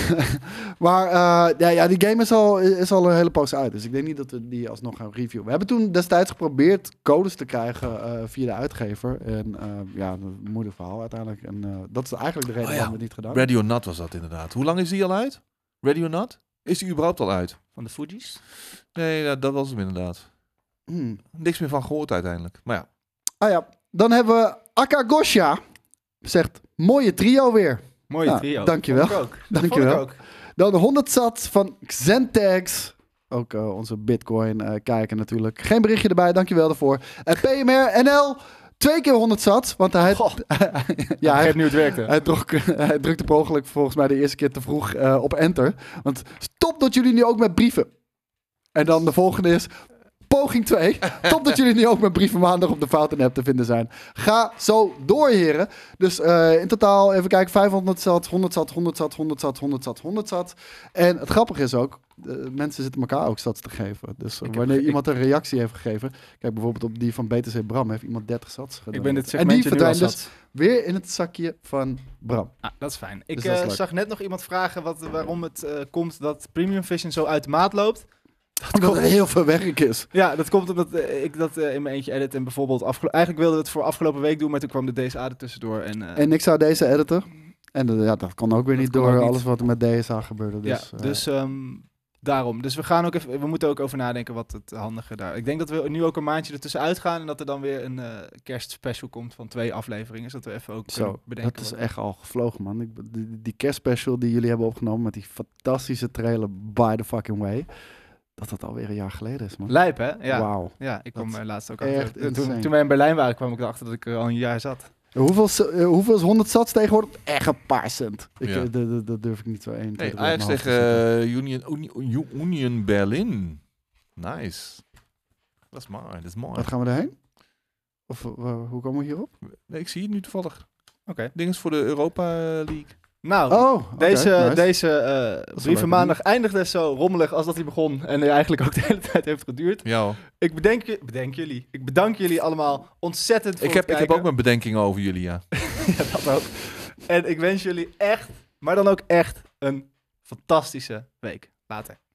maar uh, ja, ja, die game is al, is al een hele poos uit. Dus ik denk niet dat we die alsnog gaan reviewen. We hebben toen destijds geprobeerd codes te krijgen uh, via de uitgever. En uh, ja, een moeilijk verhaal uiteindelijk. En uh, dat is eigenlijk de reden Oh ja, waarom we het niet gedaan Ready or Not was dat inderdaad. Hoe lang is die al uit? Ready or Not? Is die überhaupt al uit? Van de Fuji's? Nee, dat, dat was hem inderdaad. Hmm. Niks meer van gehoord uiteindelijk. Maar ja. Ah ja, dan hebben we Akagosha. Zegt, mooie trio weer. Mooie Ja, trio. dankjewel. Vond ik ook. Dankjewel. Vond ik ook. Dan de honderd sats van Xentax. Ook uh, onze Bitcoin uh, kijken natuurlijk. Geen berichtje erbij, dankjewel daarvoor. En P M R N L, twee keer honderd sats. Want hij, Goh. ja, hij, Geef nu het werkte. hij, druk, hij drukte per ongeluk volgens mij de eerste keer te vroeg uh, op enter. Want stop dat jullie nu ook met brieven. En dan de volgende is... poging twee. Top dat jullie nu ook met Brieven Maandag op de Fountain app te vinden zijn. Ga zo door, heren. Dus uh, in totaal, even kijken, vijfhonderd sat, honderd sat, honderd sat, honderd sat, honderd sat, honderd sat. En het grappige is ook, uh, mensen zitten elkaar ook sats te geven. Dus uh, wanneer heb, iemand ik, een reactie heeft gegeven, kijk bijvoorbeeld op die van B T C Bram, heeft iemand dertig sats gedaan. Ik ben dit en die segmentje nu al verdwijnt zat. dus weer in het zakje van Bram. Ah, dat is fijn. Ik Dus dat is uh, leuk. zag net nog iemand vragen wat, waarom het uh, komt dat Premium Vision zo uit de maat loopt. Omdat er heel veel werk is. Ja, dat komt omdat uh, ik dat uh, in mijn eentje edit en bijvoorbeeld... Afgelo- Eigenlijk wilde we het voor afgelopen week doen, maar toen kwam de D S A er tussendoor. En, uh, En ik zou deze editen. En uh, ja, dat kon ook weer Dat niet kon door ook niet. alles wat er met D S A gebeurde. Dus, ja, uh, dus um, daarom. Dus we gaan ook even... We moeten ook over nadenken wat het handige daar... Ik denk dat we nu ook een maandje ertussen uitgaan en dat er dan weer een uh, kerstspecial komt van twee afleveringen. Zodat we even ook Zo, kunnen bedenken. dat is wat- echt al gevlogen, man. Ik, die, die kerstspecial die jullie hebben opgenomen met die fantastische trailer By the Fucking Way. Dat dat alweer een jaar geleden is, man. Lijp, hè? Ja. Wauw. Ja, ik kwam Dat uh, laatst ook echt achter. Toen, insane. toen wij in Berlijn waren, kwam ik erachter dat ik er al een jaar zat. Hoeveel, uh, hoeveel is honderd sats tegenwoordig? Echt een paar cent. Ik, Ja. uh, dat- dat- dat durf ik niet zo één. twee, Hey, drie Ajax op mijn hoofd tegen te zetten. uh, Union, Union, Union Berlin. Nice. Dat is mooi, dat is mooi. Wat gaan we erheen? Of uh, hoe komen we hierop? Nee, ik zie het nu toevallig. Oké. Ding is voor de Europa League. Nou, Oh, oké, Deze, nice. deze uh, leuk, brieven maandag eindigde zo rommelig als dat hij begon. En uh, eigenlijk ook de hele tijd heeft geduurd. Ja, hoor. Ik bedenk, je, bedenk jullie. Ik bedank jullie allemaal ontzettend voor ik, heb, het ik heb kijken. ook mijn bedenkingen over jullie, ja. Ja, dat ook. En ik wens jullie echt, maar dan ook echt, een fantastische week. Later.